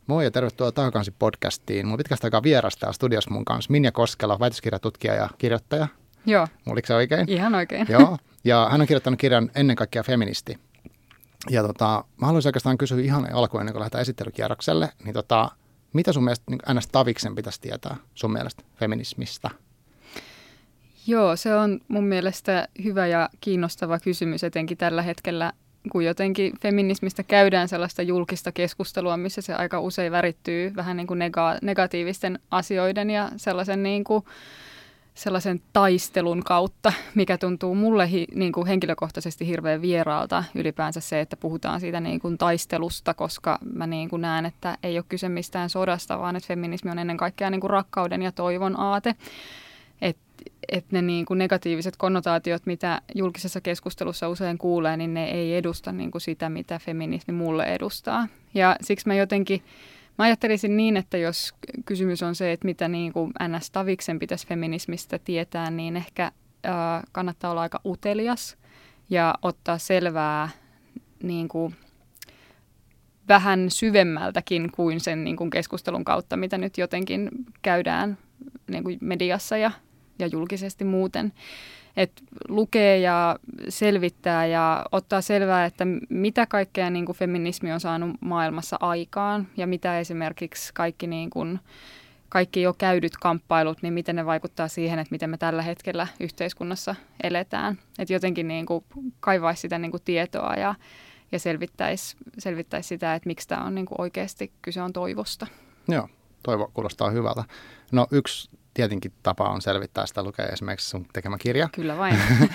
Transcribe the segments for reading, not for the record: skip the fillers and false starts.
Moi ja tervetuloa Tahokansi podcastiin. Mulla on pitkästä aikaa vieras täällä studiossa mun kanssa Minja Koskela, väitöskirjatutkija ja kirjoittaja. Joo. Oliko se oikein? Ihan oikein. Joo, ja hän on kirjoittanut kirjan Ennen kaikkea feministi. Ja mä haluaisin oikeastaan kysyä ihan alkuun, ennen kuin lähdetään esittelykierrokselle, niin mitä sun mielestä niin ns. Taviksen pitäisi tietää sun mielestä feminismistä? Joo, se on mun mielestä hyvä ja kiinnostava kysymys etenkin tällä hetkellä, kun jotenkin feminismistä käydään sellaista julkista keskustelua, missä se aika usein värittyy vähän niin kuin negatiivisten asioiden ja sellaisen taistelun kautta, mikä tuntuu mulle niin kuin henkilökohtaisesti hirveän vieraalta ylipäänsä se, että puhutaan siitä niin kuin taistelusta, koska mä niin kuin näen, että ei ole kyse mistään sodasta, vaan että feminismi on ennen kaikkea niin kuin rakkauden ja toivon aate. Että ne niin kuin negatiiviset konnotaatiot, mitä julkisessa keskustelussa usein kuulee, niin ne ei edusta niin kuin sitä, mitä feminismi mulle edustaa. Ja siksi mä ajattelisin niin, että jos kysymys on se, että mitä niin kuin NS Taviksen pitäisi feminismistä tietää, niin ehkä kannattaa olla aika utelias ja ottaa selvää niin kuin vähän syvemmältäkin kuin sen niin kuin keskustelun kautta, mitä nyt jotenkin käydään niin kuin mediassa ja julkisesti muuten. Että lukee ja selvittää ja ottaa selvää, että mitä kaikkea niin kuin feminismi on saanut maailmassa aikaan ja mitä esimerkiksi kaikki jo käydyt kamppailut, niin miten ne vaikuttaa siihen, että miten me tällä hetkellä yhteiskunnassa eletään. Että jotenkin niin kuin kaivaisi sitä niin kuin tietoa ja selvittäisi sitä, että miksi tämä on niin kuin oikeasti kyse on toivosta. Joo, toivo kuulostaa hyvältä. No yksi tietenkin tapa on selvittää sitä, lukee esimerkiksi sun tekemä kirja. Kyllä vain.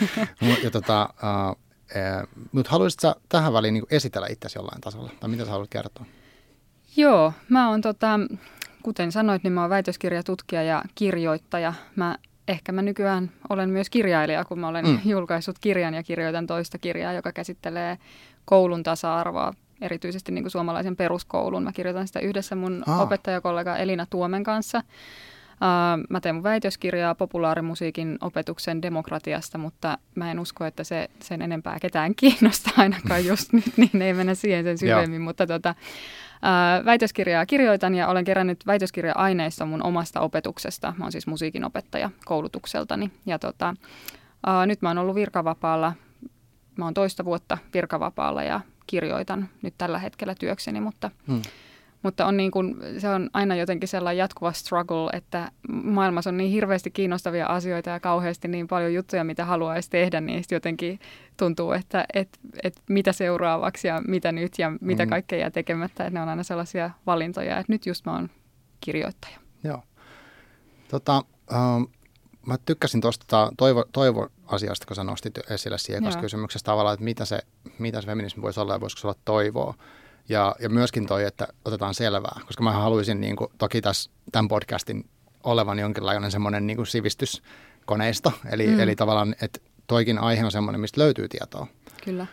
Mutta haluaisitko tähän väliin niin esitellä itsesi jollain tasolla? Tai mitä sä haluat kertoa? Joo, mä oon kuten sanoit, niin mä oon väitöskirjatutkija ja kirjoittaja. Mä nykyään olen myös kirjailija, kun mä olen julkaissut kirjan ja kirjoitan toista kirjaa, joka käsittelee koulun tasa-arvoa, erityisesti niin kuin suomalaisen peruskoulun. Mä kirjoitan sitä yhdessä mun opettajakollega Elina Tuomen kanssa. Mä teen mun väitöskirjaa populaarimusiikin opetuksen demokratiasta, mutta mä en usko, että se sen enempää ketään kiinnostaa ainakaan just nyt, niin ei mennä siihen sen syvemmin. Mutta väitöskirjaa kirjoitan ja olen kerännyt väitöskirja-aineistoa mun omasta opetuksesta. Mä oon siis musiikin opettaja koulutukseltani ja nyt mä oon ollut virkavapaalla. Mä oon toista vuotta virkavapaalla ja kirjoitan nyt tällä hetkellä työkseni, mutta on niin kuin, se on aina jotenkin sellainen jatkuva struggle, että maailmassa on niin hirveästi kiinnostavia asioita ja kauheasti niin paljon juttuja, mitä haluaisi tehdä, niin sitten jotenkin tuntuu, että mitä seuraavaksi ja mitä nyt ja mitä kaikkea jää tekemättä. Että ne on aina sellaisia valintoja, että nyt just mä oon kirjoittaja. Joo. Mä tykkäsin tuosta toivo-asiasta, kun sä nostit esille siihen kysymyksessä tavallaan, että mitä se feminismi voisi olla ja voisiko se olla toivoa. Ja myöskin että otetaan selvää, koska mä haluaisin niin kuin, toki tämän podcastin olevan jonkinlainen semmoinen niin kuin sivistyskoneisto. Eli tavallaan, että toikin aihe on semmoinen, mistä löytyy tietoa. Kyllä.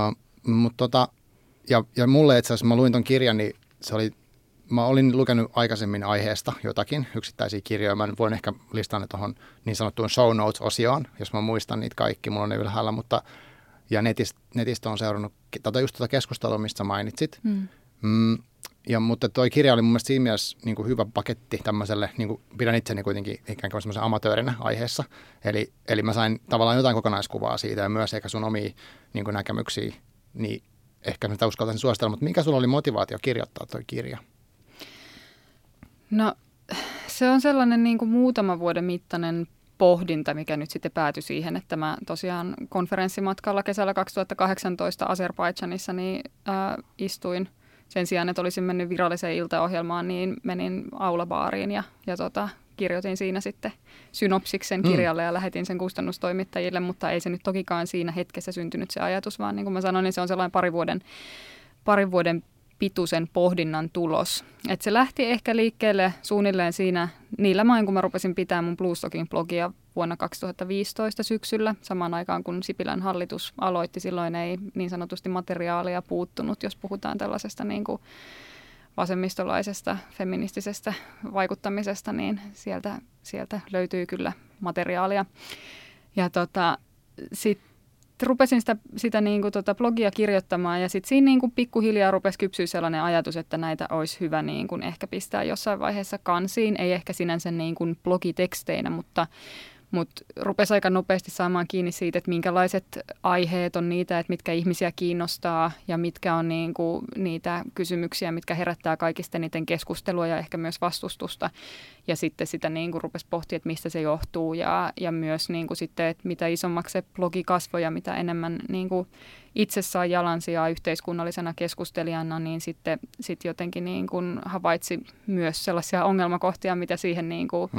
Ja mulle itse asiassa, mä luin ton kirjan, niin mä olin lukenut aikaisemmin aiheesta jotakin yksittäisiä kirjoja. Mä voin ehkä listaa ne tuohon niin sanottuun show notes-osioon, jos mä muistan niitä kaikki. Mulla on ne ylhäällä, ja netistä on seurannut just tuota keskustelua, mistä mainitsit. Mutta toi kirja oli mun mielestä siinä mielessä niin kuin hyvä paketti tämmöiselle, niin kuin pidän itseni kuitenkin ikään kuin semmoisen amatöörinä aiheessa. Eli mä sain tavallaan jotain kokonaiskuvaa siitä ja myös ehkä sun omia niin kuin näkemyksiä, niin ehkä mä sitä uskaltaisin suositella. Mutta mikä sulla oli motivaatio kirjoittaa toi kirja? No se on sellainen niin kuin muutaman vuoden mittainen pohdinta, mikä nyt sitten päätyi siihen, että mä tosiaan konferenssimatkalla kesällä 2018 Azerbaidžanissa niin istuin sen sijaan, että olisin mennyt viralliseen iltaohjelmaan, niin menin aulabaariin ja kirjoitin siinä sitten synopsiksen kirjalle ja lähetin sen kustannustoimittajille, mutta ei se nyt tokikaan siinä hetkessä syntynyt se ajatus, vaan niin kuin mä sanoin, niin se on sellainen parin vuoden pituisen pohdinnan tulos. Et se lähti ehkä liikkeelle suunnilleen niillä main, kun mä rupesin pitämään mun Bluestocking-blogia vuonna 2015 syksyllä, samaan aikaan kun Sipilän hallitus aloitti. Silloin ei niin sanotusti materiaalia puuttunut, jos puhutaan tällaisesta niin kuin vasemmistolaisesta, feministisestä vaikuttamisesta, niin sieltä löytyy kyllä materiaalia. Ja sitten rupesin sitä niin kuin blogia kirjoittamaan ja sitten siinä niin kuin pikkuhiljaa rupesi kypsyä sellainen ajatus, että näitä olisi hyvä niin kuin ehkä pistää jossain vaiheessa kansiin. Ei ehkä sinänsä niin kuin blogiteksteinä, mutta rupesi aika nopeasti saamaan kiinni siitä, että minkälaiset aiheet on niitä, että mitkä ihmisiä kiinnostaa ja mitkä on niin kuin niitä kysymyksiä, mitkä herättää kaikista niiden keskustelua ja ehkä myös vastustusta. Ja sitten sitä niin kuin rupesi pohtia, että mistä se johtuu ja myös niin kuin sitten, että mitä isommaksi se blogi kasvoi ja mitä enemmän niin kuin itse saa jalansijaa yhteiskunnallisena keskustelijana, niin sitten jotenkin niin kuin havaitsi myös sellaisia ongelmakohtia, mitä siihen niin kuin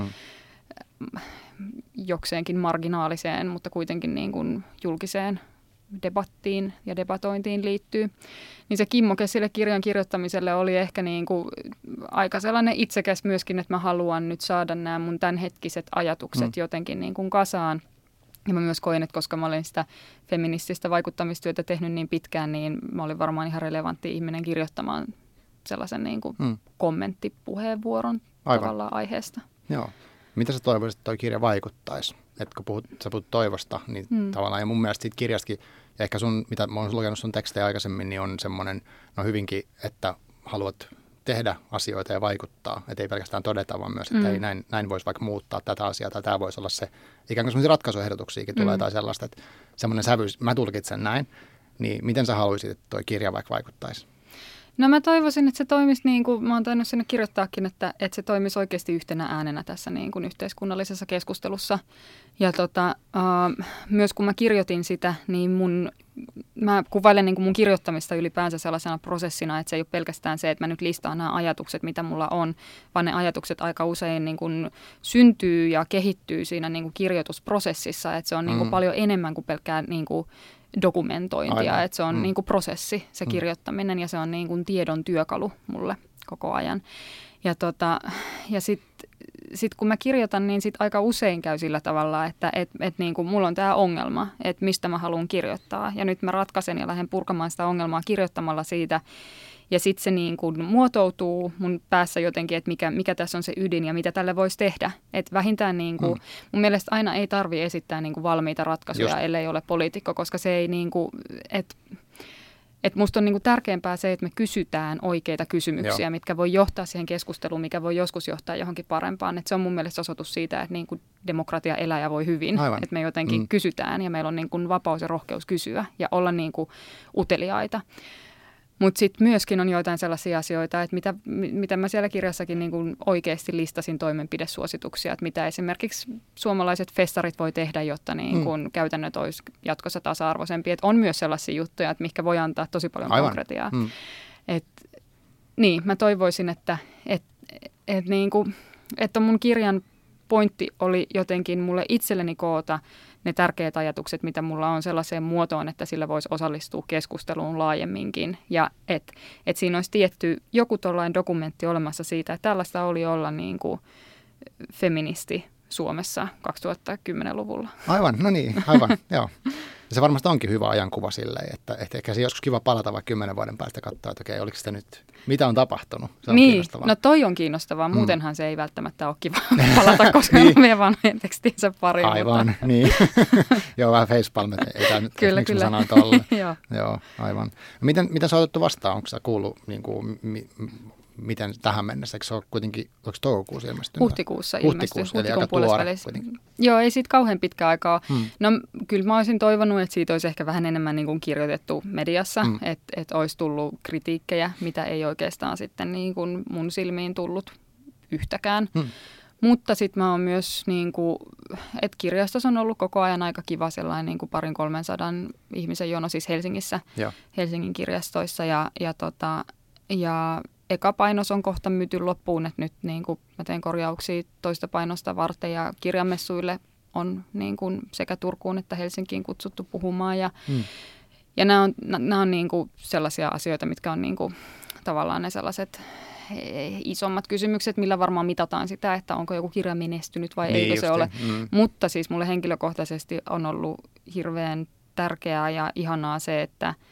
jokseenkin marginaaliseen, mutta kuitenkin niin kuin julkiseen debattiin ja debatointiin liittyy. Niin se kimmoke sille kirjan kirjoittamiselle oli ehkä niin kuin aika sellainen itsekäs myöskin, että mä haluan nyt saada nämä mun tämänhetkiset ajatukset jotenkin niin kuin kasaan. Ja mä myös koin, että koska mä olin sitä feminististä vaikuttamistyötä tehnyt niin pitkään, niin mä olin varmaan ihan relevantti ihminen kirjoittamaan sellaisen niin kuin kommenttipuheenvuoron tavallaan aiheesta. Joo. Mitä sä toivoisit, että toi kirja vaikuttaisi? Että kun sä puhut toivosta, niin tavallaan, ja mun mielestä siitä kirjastakin, ja ehkä mitä mä oon lukenut sun tekstejä aikaisemmin, niin on semmoinen, no hyvinkin, että haluat tehdä asioita ja vaikuttaa. Että ei pelkästään todeta, vaan myös, että ei näin voisi vaikka muuttaa tätä asiaa, tai tämä voisi olla se, ikään kuin semmoisia ratkaisuehdotuksiakin tulee tai sellaista, että semmoinen sävy, mä tulkitsen näin, niin miten sä haluaisit, että toi kirja vaikka vaikuttaisi? No mä toivoisin, että se toimisi niin kuin, mä oon tainnut sinne kirjoittaakin, että se toimisi oikeasti yhtenä äänenä tässä niin kuin yhteiskunnallisessa keskustelussa. Ja myös kun mä kirjoitin sitä, niin mä kuvailen niin kuin mun kirjoittamista ylipäänsä sellaisena prosessina, että se ei ole pelkästään se, että mä nyt listaan nämä ajatukset, mitä mulla on, vaan ne ajatukset aika usein niin kuin syntyy ja kehittyy siinä niin kuin kirjoitusprosessissa, että se on niin kuin paljon enemmän kuin pelkkää niin kuin dokumentointia, että se on niin kuin prosessi, se kirjoittaminen, ja se on niin kuin tiedon työkalu mulle koko ajan. Ja sitten kun mä kirjoitan, niin sit aika usein käy sillä tavalla, että niin kuin mulla on tämä ongelma, että mistä mä haluan kirjoittaa. Ja nyt mä ratkaisen ja lähden purkamaan sitä ongelmaa kirjoittamalla siitä. Ja sitten se niin kuin muotoutuu mun päässä jotenkin, että mikä tässä on se ydin ja mitä tälle voisi tehdä. Että vähintään niin kuin, mun mielestä aina ei tarvitse esittää niin kuin valmiita ratkaisuja, ellei ole poliitikko, koska se ei niin kuin, että musta on niin kuin tärkeämpää se, että me kysytään oikeita kysymyksiä, mitkä voi johtaa siihen keskusteluun, mikä voi joskus johtaa johonkin parempaan. Että se on mun mielestä osoitus siitä, että niin kuin demokratia elää ja voi hyvin. Aivan. Että me jotenkin kysytään ja meillä on niin kuin vapaus ja rohkeus kysyä ja olla niin kuin uteliaita. Mutta sitten myöskin on joitain sellaisia asioita, että mitä mä siellä kirjassakin niin kuin oikeasti listasin toimenpidesuosituksia, että mitä esimerkiksi suomalaiset festarit voi tehdä, jotta niin kuin käytännöt olisi jatkossa tasa-arvoisempia. Et on myös sellaisia juttuja, että mihinkä voi antaa tosi paljon konkretiaa. Niin, mä toivoisin, että mun kirjan pointti oli jotenkin mulle itselleni koota ne tärkeät ajatukset, mitä mulla on sellaiseen muotoon, että sillä voisi osallistua keskusteluun laajemminkin. Ja että siinä olisi tietty joku tollainen dokumentti olemassa siitä, että tällaista oli olla niin kuin feministi Suomessa 2010-luvulla. Aivan, no niin, aivan, joo. Ja se varmasti onkin hyvä ajankuva silleen, että ehkä se joskus kiva palata vaikka 10 vuoden päästä katsoa, että okei, oliko sitä nyt, mitä on tapahtunut? Se on kiinnostavaa. No toi on kiinnostavaa, muutenhan se ei välttämättä ole kiva palata, koska me vanhojen tekstinsä pariin. Aivan, niin. Joo, vähän facepalmet, ei tämä nyt, miksi mä sanoin tolle. Joo, aivan. No, miten sä oot otettu vastaan? Onko sä kuullut, niin kuin, miten tähän mennessä? Eikö se ole kuitenkin, onko toukokuussa ilmestynyt? Huhtikuussa ilmestyi. Eli aika tuore kuitenkin. Joo, ei siitä kauhean pitkä aikaa. No kyllä mä olisin toivonut, että siitä olisi ehkä vähän enemmän niin kuin kirjoitettu mediassa, että olisi tullut kritiikkejä, mitä ei oikeastaan sitten niin kuin mun silmiin tullut yhtäkään. Mutta sitten mä oon myös, niin kuin, että kirjastossa on ollut koko ajan aika kiva sellainen niin kuin 200-300 ihmisen jono siis Helsingissä, Helsingin kirjastoissa ja eka painos on kohta myyty loppuun, että nyt niin kuin mä teen korjauksia toista painosta varten ja kirjamessuille on niin kuin sekä Turkuun että Helsinkiin kutsuttu puhumaan. Ja nämä on niin kuin sellaisia asioita, mitkä on niin kuin tavallaan ne sellaiset isommat kysymykset, millä varmaan mitataan sitä, että onko joku kirja menestynyt vai eikö se ole. Mutta siis mulle henkilökohtaisesti on ollut hirveän tärkeää ja ihanaa se, että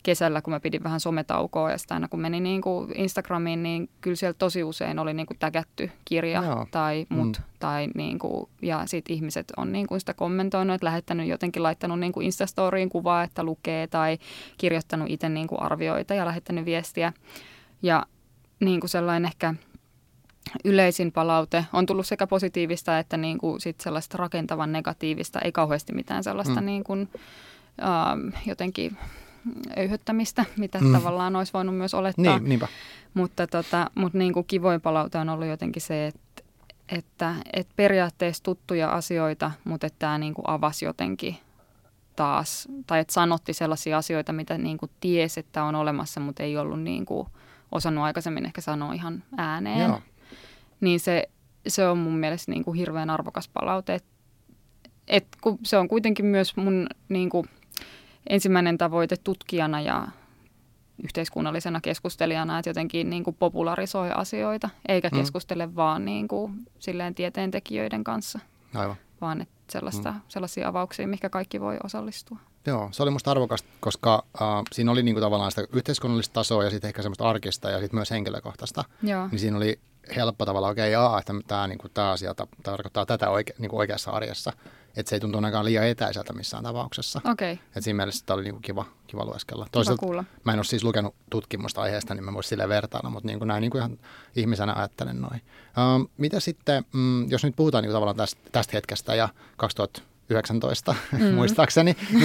kesällä, kun mä pidin vähän sometaukoa ja sitä aina kun meni niin kuin Instagramiin, niin kyllä siellä tosi usein oli niin kuin tägätty kirja tai tai niin kuin, ja sitten ihmiset on niin kuin sitä kommentoinut, että lähettänyt jotenkin, laittanut niin kuin Instastoriin kuvaa, että lukee tai kirjoittanut itse niin kuin arvioita ja lähettänyt viestiä. Ja niin kuin sellainen ehkä yleisin palaute on tullut sekä positiivista että niin kuin sit sellaista rakentavan negatiivista, ei kauheasti mitään sellaista niin kuin, jotenkin öyhöttämistä, mitä tavallaan olisi voinut myös olettaa. Niinpä. Mutta niin kuin kivoin palaute on ollut jotenkin se, että periaatteessa tuttuja asioita, mutta että tämä niin kuin avasi jotenkin taas, tai että sanotti sellaisia asioita, mitä niin kuin tiesi, että on olemassa, mutta ei ollut niin kuin osannut aikaisemmin ehkä sanoa ihan ääneen. Joo. Niin se on mun mielestä niin kuin hirveän arvokas palaute. Kun se on kuitenkin myös mun niin kuin ensimmäinen tavoite tutkijana ja yhteiskunnallisena keskustelijana, että jotenkin niin kuin popularisoi asioita, eikä keskustele vaan niin kuin silleen tieteentekijöiden kanssa. Aivan. Vaan että sellaisia avauksia, mihinkä kaikki voi osallistua. Joo, se oli musta arvokasta, koska siinä oli niinku tavallaan sitä yhteiskunnallista tasoa ja sitten ehkä semmoista arkista ja sitten myös henkilökohtaista. Joo. Niin siinä oli helppo tavalla, että tämä asia tarkoittaa tätä niinku oikeassa arjessa. Että se ei tuntu ainakaan liian etäiseltä missään tapauksessa. Okei. Että siinä mielessä tämä oli niinku kiva lueskella. Toisaalta mä en ole siis lukenut tutkimusta aiheesta, niin mä voisin silleen vertailla, mutta niin kuin näin niin kuin ihan ihmisenä ajattelen noin. Mitä sitten, jos nyt puhutaan niin tavallaan tästä hetkestä ja 2019 muistaakseni, niin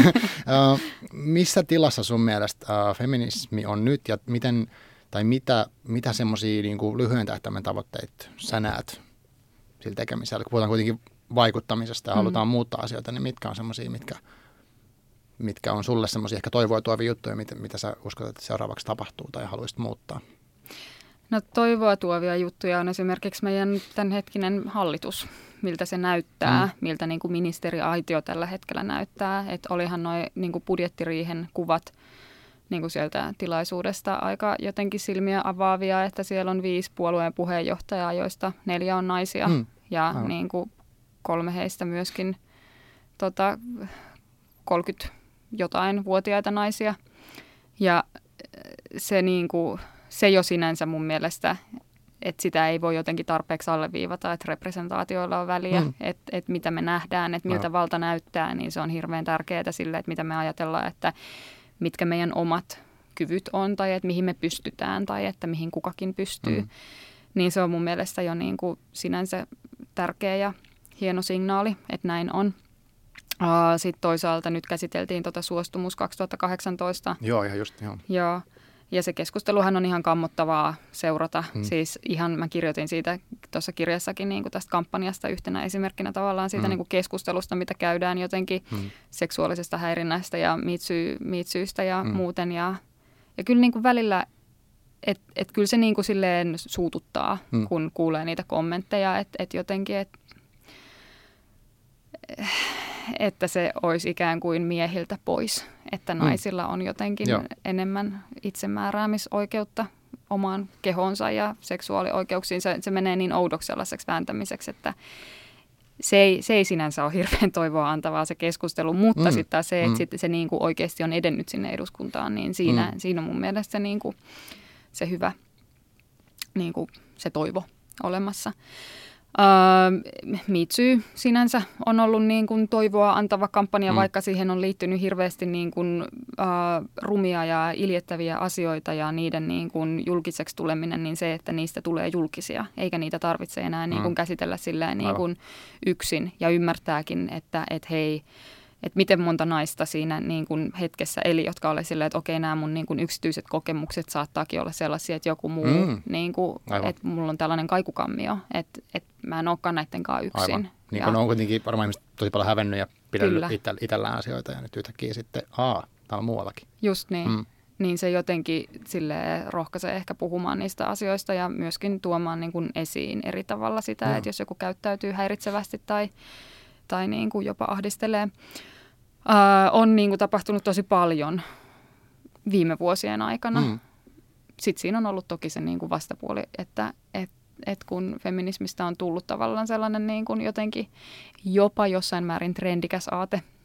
missä tilassa sun mielestä feminismi on nyt ja mitä semmoisia niin kuin lyhyen tähtäimen tavoitteita sä näet sillä tekemisellä? Kun puhutaan kuitenkin vaikuttamisesta ja halutaan muuttaa asioita, niin mitkä on semmoisia, mitkä on sulle semmoisia ehkä toivoa tuovia juttuja, mitä sä uskot, että seuraavaksi tapahtuu tai haluaisit muuttaa? No toivoa tuovia juttuja on esimerkiksi meidän tämänhetkinen hallitus, miltä se näyttää, miltä niin kuin ministeriaitio tällä hetkellä näyttää. Että olihan nuo niin kuin budjettiriihen kuvat niin kuin sieltä tilaisuudesta aika jotenkin silmiä avaavia, että siellä on 5 puolueen puheenjohtajaa, joista 4 on naisia ja niin kuin 3 heistä myöskin 30-jotain-vuotiaita naisia. Ja se jo sinänsä mun mielestä, että sitä ei voi jotenkin tarpeeksi alleviivata, että representaatioilla on väliä, että mitä me nähdään, että miltä valta näyttää, niin se on hirveän tärkeää sille, että mitä me ajatellaan, että mitkä meidän omat kyvyt on tai että mihin me pystytään tai että mihin kukakin pystyy. Niin se on mun mielestä jo niin kuin sinänsä tärkeä ja hieno signaali, että näin on. Sitten toisaalta nyt käsiteltiin Suostumus 2018. Joo, ihan just, joo. Joo. Ja se keskusteluhan on ihan kammottavaa seurata. Siis ihan mä kirjoitin siitä tuossa kirjassakin niin kuin tästä kampanjasta yhtenä esimerkkinä tavallaan siitä niin kuin keskustelusta, mitä käydään jotenkin seksuaalisesta häirinnästä ja miitsyystä ja muuten. Ja kyllä niin kuin välillä, että kyllä se niin kuin silleen suututtaa, kun kuulee niitä kommentteja, että jotenkin, että se olisi ikään kuin miehiltä pois, että naisilla on jotenkin enemmän itsemääräämisoikeutta omaan kehonsa ja seksuaalioikeuksiin. Se menee niin oudoksi sellaiseksi vääntämiseksi, että se ei sinänsä ole hirveän toivoa antavaa se keskustelu, mutta sitten taas se, että se niin kuin oikeasti on edennyt sinne eduskuntaan, niin siinä on mun mielestä se, niin kuin, se hyvä niin kuin se toivo olemassa. Me Too sinänsä on ollut niin kuin toivoa antava kampanja, vaikka siihen on liittynyt hirveästi niin kuin, rumia ja iljettäviä asioita ja niiden niin kuin julkiseksi tuleminen, niin se, että niistä tulee julkisia, eikä niitä tarvitse enää niin kuin käsitellä silleen niin kuin yksin ja ymmärtääkin, että hei, että miten monta naista siinä niin kuin hetkessä eli, jotka oli silleen, että okei, nämä mun niin kuin yksityiset kokemukset saattaakin olla sellaisia, että joku muu, niin kuin, että mulla on tällainen kaikukammio, että mä en olekaan näiden kanssa yksin. Aivan. Niin kun on kuitenkin varmaan ihmiset tosi paljon hävennyt ja pidellyt itsellään asioita ja nyt yhtäkkiä sitten, täällä on muuallakin. Just niin. Niin se jotenkin silleen rohkaisee ehkä puhumaan niistä asioista ja myöskin tuomaan niin kuin esiin eri tavalla sitä, että jos joku käyttäytyy häiritsevästi tai niin kuin jopa ahdistelee. On niin kuin tapahtunut tosi paljon viime vuosien aikana. Sitten siinä on ollut toki se niin kuin vastapuoli, että kun feminismistä on tullut tavallaan sellainen niin kuin jotenkin jopa jossain määrin trendikäs aate,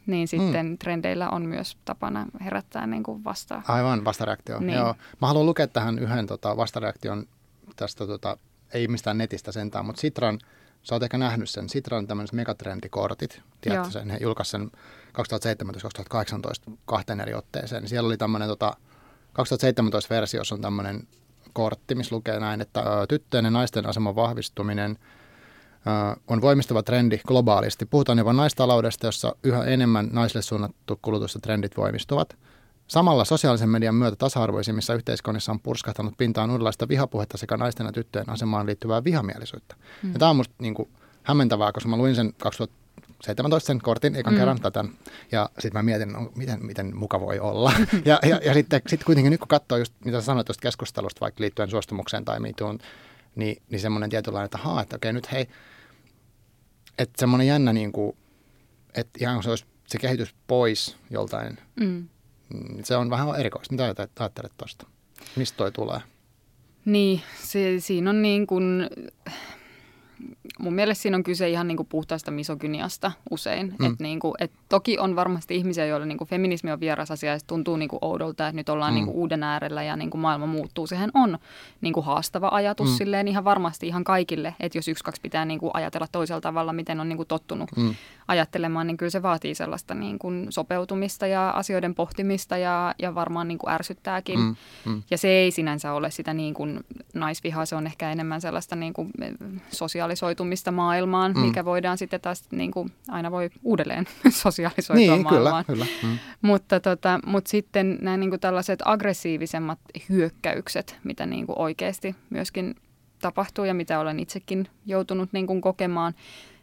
niin sitten trendeillä on myös tapana herättää niin kuin Aivan, vastareaktio. Niin. Joo. Mä haluan lukea tähän yhden vastareaktion tästä, ei mistään netistä sentään, mutta Sitran, sä oot ehkä nähnyt sen, Sitran tämmöiset megatrendikortit, tiedätkö sen, he julkaisivat sen 2017-2018 kahteen eri otteeseen. Siellä oli tämmöinen 2017-versiossa on tämmöinen kortti, missä lukee näin, että tyttöjen ja naisten aseman vahvistuminen on voimistuva trendi globaalisti. Puhutaan jopa naistaloudesta, jossa yhä enemmän naisille suunnattu kulutus ja trendit voimistuvat. Samalla sosiaalisen median myötä tasa-arvoisimmissa yhteiskunnissa on purskahtanut pintaan uudenlaista vihapuhetta sekä naisten ja tyttöjen asemaan liittyvää vihamielisyyttä. Ja tämä on musta niin kuin hämmentävää, koska mä luin sen 2017 sen kortin ekan kerran tätä, ja sitten mä mietin, no, miten muka voi olla. ja sitten kuitenkin nyt kun katsoo just, mitä sä sanoit tuosta keskustelusta, vaikka liittyen suostumukseen tai miituun, niin semmoinen tietynlainen, että okei, nyt hei, että semmoinen jännä, niin kuin, että ihan se olisi se kehitys pois joltain, se on vähän erikoista. Mitä ajattelet tuosta? Mistä toi tulee? Niin, siinä on niin kuin, mun mielestä siinä on kyse ihan niin kuin puhtaasta misogyniasta usein. Et toki on varmasti ihmisiä, joille niin kuin feminismi on vieras asia ja se tuntuu niin kuin oudolta, että nyt ollaan niin kuin uuden äärellä ja niin kuin maailma muuttuu. Sehän on niin kuin haastava ajatus silleen ihan varmasti ihan kaikille, että jos 1-2 pitää niin kuin ajatella toisella tavalla, miten on niin kuin tottunut ajattelemaan, niin kyllä se vaatii sellaista niin kuin sopeutumista ja asioiden pohtimista ja varmaan niin kuin ärsyttääkin. Ja se ei sinänsä ole sitä niin kuin naisvihaa, se on ehkä enemmän sellaista niin kuin sosiaalisoitumista maailmaan, mikä voidaan sitten taas niin kuin aina voi uudelleen sosiaalisoitua maailmaan. Kyllä. Mutta sitten nämä niin kuin tällaiset aggressiivisemmat hyökkäykset, mitä niin kuin oikeasti myöskin tapahtuu ja mitä olen itsekin joutunut niin kuin kokemaan,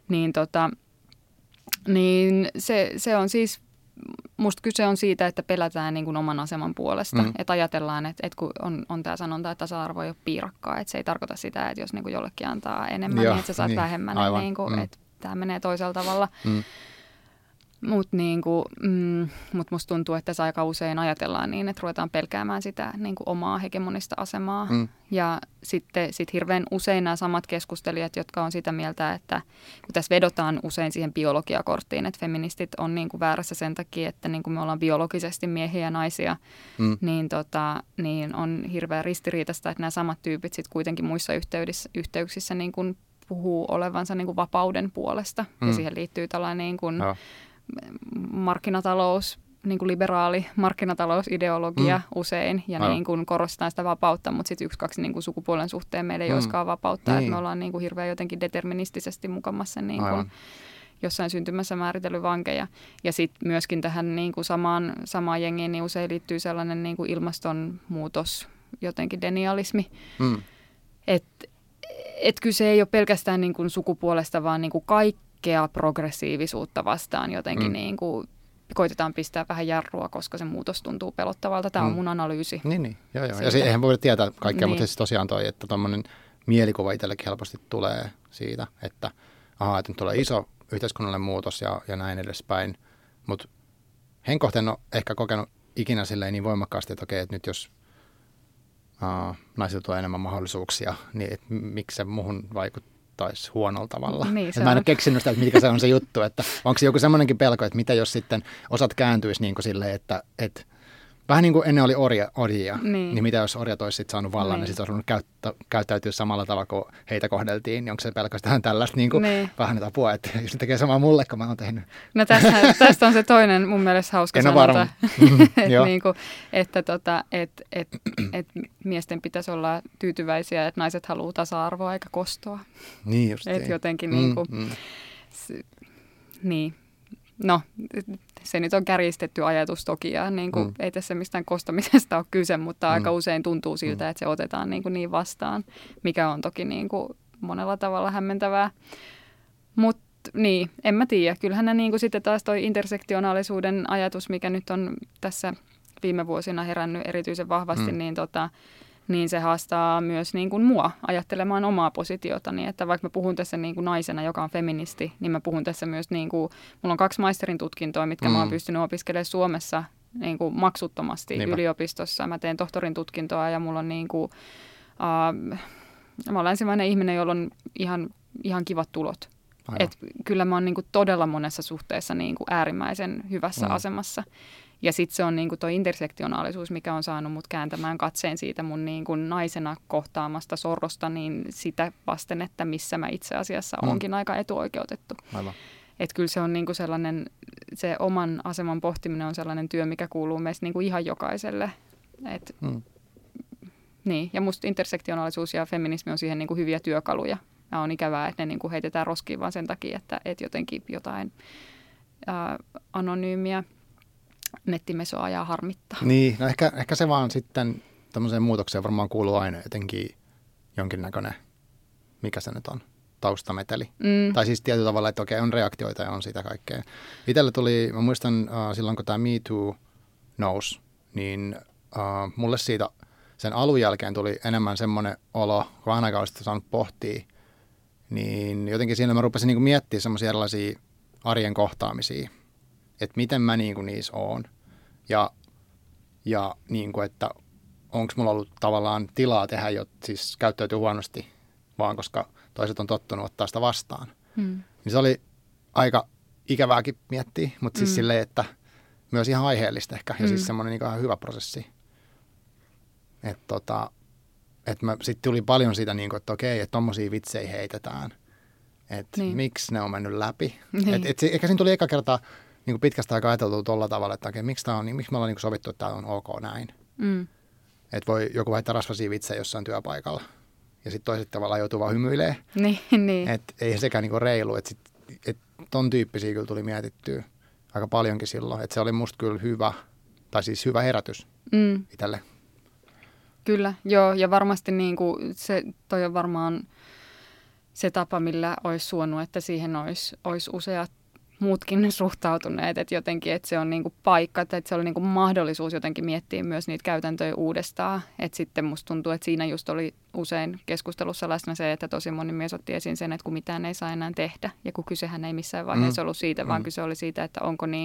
niin se on siis, musta kyse on siitä, että pelätään niin kuin oman aseman puolesta. Että ajatellaan, että kun on tämä sanonta, että tasa-arvo ei ole piirakkaa, että se ei tarkoita sitä, että jos niin kuin jollekin antaa enemmän, niin että sä saat vähemmän, niin kuin, että tämä menee toisella tavalla. Mutta musta tuntuu, että tässä aika usein ajatellaan niin, että ruvetaan pelkäämään sitä niin kuin omaa hegemonista asemaa. Ja sitten hirveän usein nämä samat keskustelijat, jotka on sitä mieltä, että kun tässä vedotaan usein siihen biologiakorttiin, että feministit on niin kuin väärässä sen takia, että niin kuin me ollaan biologisesti miehiä ja naisia, niin on hirveän ristiriitaista, että nämä samat tyypit sitten kuitenkin muissa yhteyksissä niin kuin puhuu olevansa niin kuin vapauden puolesta. Ja siihen liittyy tällainen niin kuin markkinatalous, niin kuin liberaali markkinatalousideologia usein, ja niin kuin korostetaan sitä vapautta, mutta sitten 1-2 niin kuin sukupuolen suhteen meillä ei olisikaan vapautta, että me ollaan niin kuin hirveän jotenkin deterministisesti mukamassa niin kuin jossain syntymässä määritellyt vankeja. Ja sitten myöskin tähän niin kuin samaan jengiin niin usein liittyy sellainen niin kuin ilmastonmuutos, jotenkin denialismi, että kyse ei ole pelkästään niin kuin sukupuolesta, vaan niin kuin kaikkea progressiivisuutta vastaan jotenkin niin kuin koitetaan pistää vähän jarrua, koska se muutos tuntuu pelottavalta. Tämä on mun analyysi. Niin. Joo. Ja eihän voi tietää kaikkea, mutta siis tosiaan toi, että tuommoinen mielikuva itsellekin helposti tulee siitä, että nyt tulee iso yhteiskunnallinen muutos ja näin edespäin. Mutta henkkohteen on ehkä kokenut ikinä silleen niin voimakkaasti, että okei, että nyt jos naisilla tulee enemmän mahdollisuuksia, niin miksi se muuhun vaikuttaisi huonolla tavalla. Niin, mä en ole keksinyt sitä, että mikä se on se juttu, että onko se joku semmoinenkin pelko, että mitä jos sitten osat kääntyisi niin kuin silleen, että vähän niin kuin ennen oli orjia, niin mitä jos orjat olisi sitten saanut vallan, niin sitten olisi voinut käyttäytyä samalla tavalla kuin heitä kohdeltiin, niin onko se pelkästään tällaista niin kuin vähän nyt apua, että jos ne tekee samaa mulle, kun mä oon tehnyt. No tästä on se toinen mun mielestä hauska sanonta, että miesten pitäisi olla tyytyväisiä, että naiset haluaa tasa-arvoa eikä kostoa. Niin just. Että jotenkin niin kuin, niin. No, se nyt on kärjistetty ajatus toki ja niin kuin, ei tässä mistään kostamisesta ole kyse, mutta aika usein tuntuu siltä, että se otetaan niin vastaan, mikä on toki niin kuin monella tavalla hämmentävää. Mutta niin, en mä tiedä. Kyllähän ne niin kuin sitten taas toi intersektionaalisuuden ajatus, mikä nyt on tässä viime vuosina herännyt erityisen vahvasti, niin se haastaa myös niin kuin mua ajattelemaan omaa positiotani, että vaikka mä puhun tässä niin kuin naisena, joka on feministi, niin mä puhun tässä myös, niin kuin, mulla on 2 maisterin tutkintoa, mitkä mä oon pystynyt opiskelemaan Suomessa niin kuin maksuttomasti yliopistossa. Mä teen tohtorin tutkintoa ja mulla on niin kuin, mä olen ensimmäinen ihminen, jolla on ihan kivat tulot. Et kyllä mä oon niin kuin todella monessa suhteessa niin kuin äärimmäisen hyvässä asemassa. Ja sitten se on niin kuin toi intersektionaalisuus, mikä on saanut mut kääntämään katseen siitä mun niin kuin naisena kohtaamasta sorrosta, niin sitä vasten, että missä mä itse asiassa onkin aika etuoikeutettu. Aivan. Että kyllä se on niin kuin sellainen, se oman aseman pohtiminen on sellainen työ, mikä kuuluu meistä niin kuin ihan jokaiselle. Niin, ja musta intersektionaalisuus ja feminismi on siihen niin kuin hyviä työkaluja. Ja on ikävää, että ne niin kuin heitetään roskiin vaan sen takia, että jotenkin jotain anonyymiä nettimesoa ajaa harmittaa. Niin, no ehkä se vaan sitten tämmöiseen muutokseen varmaan kuuluu aina jotenkin jonkinnäköinen, mikä se nyt on, taustameteli. Tai siis tietyllä tavalla, että okei, on reaktioita ja on sitä kaikkea. Itselle tuli, mä muistan silloin, kun tämä Me Too nousi, niin mulle siitä sen alun jälkeen tuli enemmän semmoinen olo, kun aina aikaa olisi saanut pohtia, niin jotenkin siinä mä rupesin niinku miettimään semmoisia erilaisia arjen kohtaamisia, että miten mä niinku niissä oon ja niinku, että onko mulla ollut tavallaan tilaa tehdä, siis käyttäytyy huonosti, vaan koska toiset on tottunut ottaa sitä vastaan. Niin se oli aika ikävääkin miettiä, mutta siis silleen, että myös ihan aiheellista ehkä ja siis semmoinen niinku ihan hyvä prosessi. Että sitten tuli paljon siitä, niin kuin, että okei, että tommosia vitsejä heitetään. Että miksi ne on mennyt läpi. Niin. Ehkä siinä tuli eka kertaa niin kuin pitkästä aikaa ajateltua tuolla tavalla, että okei, miksi me ollaan niin kuin sovittu, että tämä on ok näin. Että voi joku heittää rasvaisia vitsejä jossain työpaikalla. Ja sitten toiset tavallaan joutuu vaan hymyilemään. Niin. Että ei sekään niin kuin reilu. Että ton tyyppisiä kyllä tuli mietittyä aika paljonkin silloin. Että se oli musta kyllä hyvä, tai siis hyvä herätys itselle. Kyllä, joo, ja varmasti niin kuin toi on varmaan se tapa, millä olisi suonut, että siihen olisi useat muutkin suhtautuneet, että jotenkin, että se on niin kuin paikka, että se oli niin kuin mahdollisuus jotenkin miettiä myös niitä käytäntöjä uudestaan, että sitten musta tuntuu, että siinä just oli usein keskustelussa läsnä se, että tosi moni mies otti esiin sen, että kun mitään ei saa enää tehdä, ja kun kysehän ei missään vaiheessa ollut siitä, vaan kyse oli siitä, että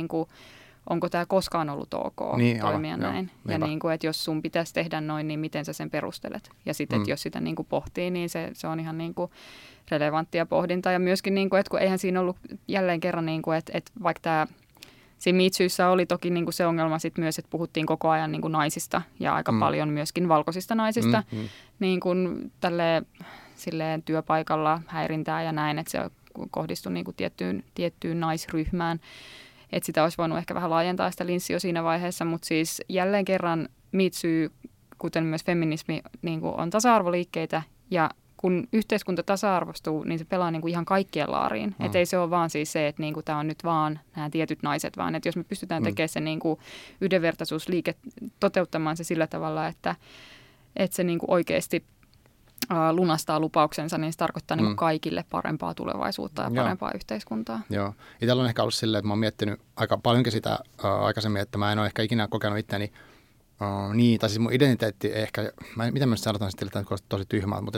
onko tämä koskaan ollut ok toimia näin. Ja niin kuin, että jos sun pitäisi tehdä noin, niin miten sä sen perustelet. Ja sitten, että jos sitä niin kuin pohtii, niin se on ihan niin kuin relevanttia pohdintaa. Ja myöskin, niin kuin, että kun eihän siinä ollut jälleen kerran, niin kuin, että vaikka siinä Me Toossa oli toki niin kuin se ongelma sit myös, että puhuttiin koko ajan niin kuin naisista ja aika paljon myöskin valkoisista naisista. Niin kuin silleen työpaikalla häirintää ja näin, että se kohdistui niin kuin tiettyyn naisryhmään. Että sitä olisi voinut ehkä vähän laajentaa sitä linssiä jo siinä vaiheessa, mutta siis jälleen kerran Me Too, kuten myös feminismi, niin kuin on tasa-arvoliikkeitä ja kun yhteiskunta tasa-arvostuu, niin se pelaa niin kuin ihan kaikkien laariin. Että ei se ole vaan siis se, että niin kuin tämä on nyt vaan nämä tietyt naiset, vaan että jos me pystytään tekemään se niin kuin yhdenvertaisuusliike, toteuttamaan se sillä tavalla, että se niin kuin oikeasti lunastaa lupauksensa, niin se tarkoittaa niin kuin kaikille parempaa tulevaisuutta ja parempaa yhteiskuntaa. Joo. Itsellä on ehkä ollut silleen, että mä oon miettinyt aika paljonkin sitä aikaisemmin, että mä en ole ehkä ikinä kokenut itteni niin, tai siis mun identiteetti ehkä, miten mä sanotaan sitten, että tämä on tosi tyhmää, mutta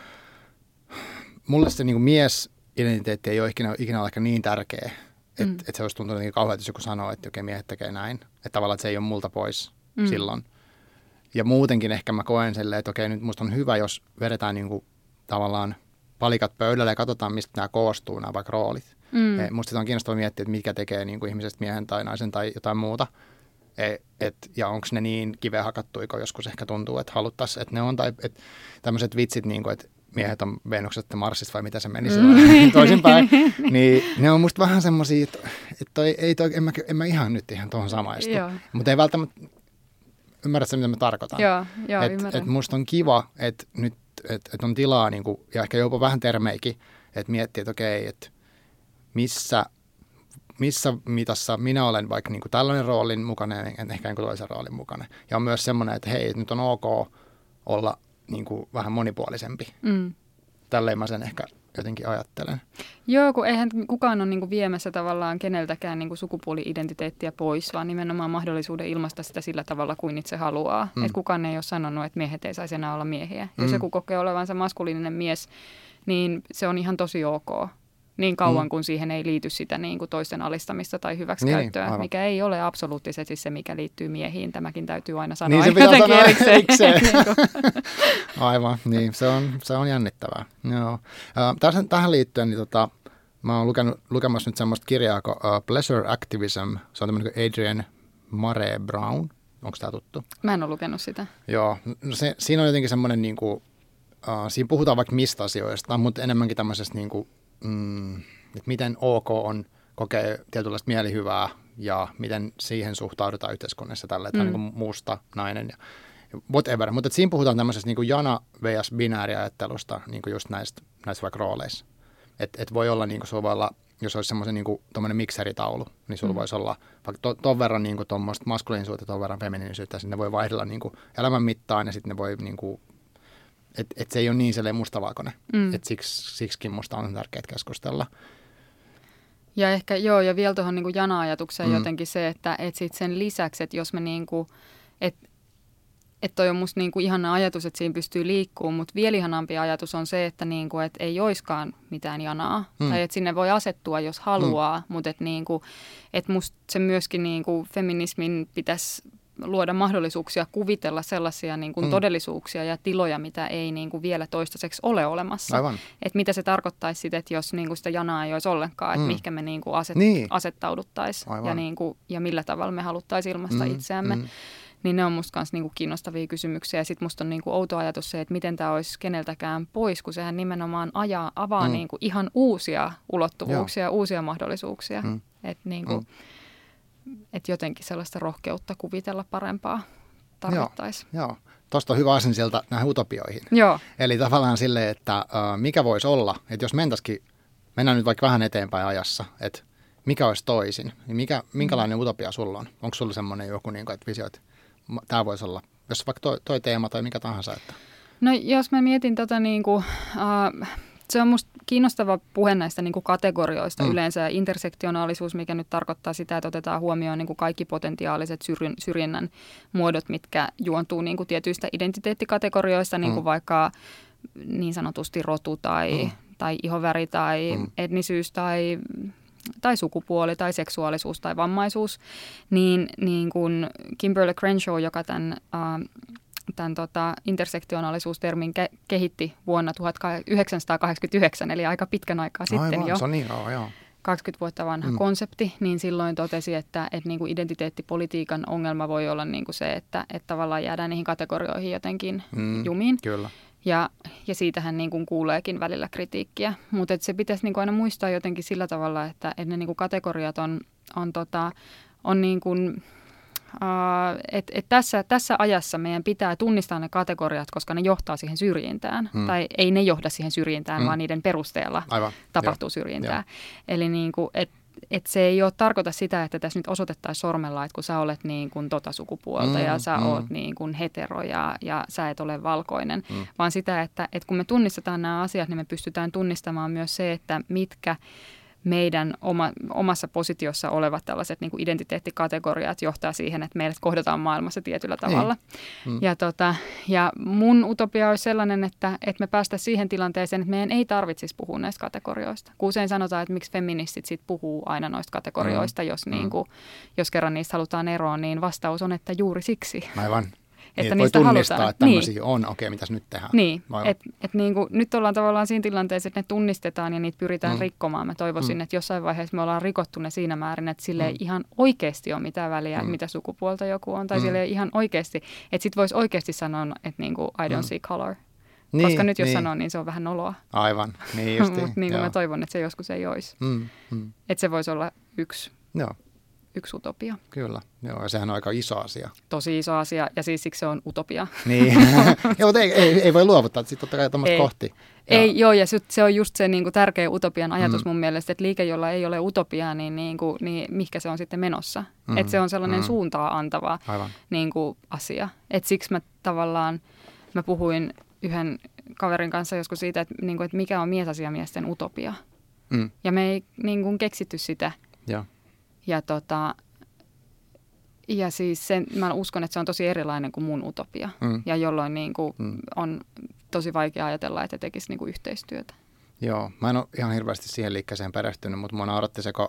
mulle se niin kuin mies-identiteetti ei ole ikinä ole ehkä niin tärkeä, että se olisi tuntunut niin kauhean, jos joku sanoo, että okei, miehet tekee näin, että tavallaan että se ei ole multa pois silloin. Ja muutenkin ehkä mä koen silleen, että okei, nyt musta on hyvä, jos vedetään niin kuin tavallaan palikat pöydälle ja katsotaan, mistä nämä koostuu, nämä vaikka roolit. Musta on kiinnostavaa miettiä, että mitkä tekee niin kuin ihmisestä miehen tai naisen tai jotain muuta. Ja onko ne niin kiveen hakattuja, kun joskus ehkä tuntuu, että haluttaisiin, että ne on. Tai tämmöiset vitsit, niin kuin, että miehet on Venukset ja Marsista vai mitä se meni toisinpäin. Niin ne on musta vähän semmosia, että en mä ihan nyt ihan tuohon samaistu. Mutta ei välttämättä ymmärrä se, mitä mä tarkoitan. Joo, et musta on kiva, että nyt et on tilaa niinku, ja ehkä jopa vähän termeikin, että miettii, että okei, että missä mitassa minä olen vaikka niinku tällainen roolin mukana ja ehkä jonkun toisen roolin mukana. Ja on myös semmoinen, että hei, nyt on ok olla niinku vähän monipuolisempi. Tälleen mä sen ehkä jotenkin ajattelen. Joo, kun eihän kukaan ole niinku viemässä tavallaan keneltäkään niinku sukupuoli-identiteettiä pois, vaan nimenomaan mahdollisuuden ilmaista sitä sillä tavalla kuin itse haluaa. Et kukaan ei ole sanonut, että miehet ei saisi enää olla miehiä. Jos joku kokee olevansa maskuliininen mies, niin se on ihan tosi ok. Niin kauan, kun siihen ei liity sitä niin kuin toisten alistamista tai hyväksikäyttöä, mikä ei ole absoluuttisesti se, mikä liittyy miehiin. Tämäkin täytyy aina sanoa niin jotenkin erikseen. Aivan, niin se on jännittävää. Joo. Tähän liittyen, niin Mä oon lukemassa nyt semmoista kirjaa kuin Pleasure Activism. Se on tämmöinen kuin Adrienne Maree Brown. Onko tämä tuttu? Mä en ole lukenut sitä. Joo. No siinä on jotenkin semmoinen, siinä puhutaan vaikka mistä asioista, mutta enemmänkin tämmöisestä, että miten ok on kokea tietynlaista mielihyvää ja miten siihen suhtaudutaan yhteiskunnassa tällä, että on niin musta nainen ja whatever. Mutta siinä puhutaan tämmöisestä niin kuin jana vs. binääriajattelusta niin kuin just näistä vaikka rooleissa. Että voi olla, niin kuin sulla voi olla, jos olisi semmoisen niin tuommoinen mikseritaulu, niin sulla voisi olla vaikka ton verran niin tuommoista maskuliinisuutta, ton verran feminiinisyyttä, ja sitten ne voi vaihdella niin kuin elämän mittaan, ja sitten ne voi, niin kuin, että se ei ole niin sellainen mustavalkoinen. Että siksikin musta on tärkeää keskustella. Ja ehkä joo, ja vielä tuohon niin jana-ajatukseen jotenkin se, että sit sen lisäksi, että jos me niinku, että toi on musta niinku ihana ajatus, että siinä pystyy liikkumaan, mutta vielä ihanampi ajatus on se, että niinku, et ei oiskaan mitään janaa. Tai että sinne voi asettua, jos haluaa, mutta että niinku, et musta se myöskin niinku feminismin pitäisi luoda mahdollisuuksia kuvitella sellaisia niin kuin todellisuuksia ja tiloja, mitä ei niin kuin vielä toistaiseksi ole olemassa. Aivan. Että mitä se tarkoittaisi sitten, että jos niin kuin sitä janaa ei olisi ollenkaan, että mihinkä me niin kuin asettauduttaisiin ja, niin kuin, ja millä tavalla me haluttaisiin ilmaista itseämme. Niin ne on musta kanssa niinku kiinnostavia kysymyksiä. Ja sitten musta on niinku outo ajatus se, että miten tämä olisi keneltäkään pois, kun sehän nimenomaan avaa niinku ihan uusia ulottuvuuksia, uusia mahdollisuuksia. Että niinku, et jotenkin sellaista rohkeutta kuvitella parempaa tarvittaisiin. Joo. Tuosta on hyvä asia sieltä näihin utopioihin. Joo. Eli tavallaan silleen, että mikä voisi olla, että jos mennään nyt vaikka vähän eteenpäin ajassa, että mikä olisi toisin, niin minkälainen utopia sulla on? Onko sulla semmoinen joku, niin kuin, että visio, että tämä voisi olla, jos vaikka toi teema tai mikä tahansa? Että... No jos mä mietin niin kuin, se on musta kiinnostava puhe näistä niin kuin kategorioista yleensä, ja intersektionaalisuus, mikä nyt tarkoittaa sitä, että otetaan huomioon niin kuin kaikki potentiaaliset syrjinnän muodot, mitkä juontuu niin kuin tietyistä identiteettikategorioista, niin kuin vaikka niin sanotusti rotu tai ihonväri tai etnisyys tai sukupuoli tai seksuaalisuus tai vammaisuus, niin kuin Kimberly Crenshaw, joka tämän intersektionaalisuustermin kehitti vuonna 1989, eli aika pitkän aikaa sitten jo. Se on niin, joo. 20 vuotta vanha konsepti, niin silloin totesi, että niin kuin identiteettipolitiikan ongelma voi olla niin kuin se, että tavallaan jäädään niihin kategorioihin jotenkin jumiin. Kyllä. Ja siitähän niin kuin kuuleekin välillä kritiikkiä, mutta se pitäisi niin kuin aina muistaa jotenkin sillä tavalla, että ne niin kuin kategoriat on niin kuin, tässä ajassa meidän pitää tunnistaa ne kategoriat, koska ne johtaa siihen syrjintään. Tai ei ne johda siihen syrjintään, vaan niiden perusteella tapahtuu syrjintää. Eli niin kuin, että se ei ole tarkoita sitä, että tässä nyt osoitettaisiin sormella, että kun sä olet niin kuin sukupuolta ja sä oot niin kuin hetero ja sä et ole valkoinen, vaan sitä, että kun me tunnistetaan nämä asiat, niin me pystytään tunnistamaan myös se, että mitkä meidän omassa positiossa olevat tällaiset niin kuin identiteettikategoriat johtaa siihen, että meidät kohdataan maailmassa tietyllä tavalla. Ja mun utopia olisi sellainen, että me päästäisiin siihen tilanteeseen, että meidän ei tarvitsisi puhua näistä kategorioista. Kun usein sanotaan, että miksi feministit sit puhuu aina noista kategorioista, jos kerran niistä halutaan eroon, niin vastaus on, että juuri siksi. Aivan. Että voi tunnistaa, että tämmöisiä on, mitäs nyt tehdään. Niin, että niinku, nyt ollaan tavallaan siinä tilanteessa, että ne tunnistetaan ja niitä pyritään rikkomaan. Mä toivoisin, että jossain vaiheessa me ollaan rikottu ne siinä määrin, että sille ei ihan oikeasti ole mitään väliä, mitä sukupuolta joku on. Tai sille ei ihan oikeasti, että sit voisi oikeasti sanoa, että niinku, I don't see color. Koska nyt jos sanoo, niin se on vähän noloa. Aivan, niin justiin. Mutta niin mä toivon, että se joskus ei olisi. Että se voisi olla yksi utopia. Kyllä, joo, ja sehän on aika iso asia. Tosi iso asia, ja siis siksi se on utopia. Niin, mutta ei voi luovuttaa, että sitten totta kai tuommoista kohti. Ja se on just se niin kuin tärkeä utopian ajatus mun mielestä, että liike, jolla ei ole utopiaa, niin mihinkä se on sitten menossa. Että se on sellainen suuntaa antava niin kuin asia. Että siksi mä puhuin yhden kaverin kanssa joskus siitä, että mikä on miesasiamiesten utopia. Ja me ei niin kuin keksitty sitä. Ja siis mä uskon, että se on tosi erilainen kuin mun utopia. Ja jolloin niin kuin on tosi vaikea ajatella, että tekisi niin kuin yhteistyötä. Joo, mä en ole ihan hirveästi siihen liikkeeseen perehtynyt, mutta mua nauratti se, kun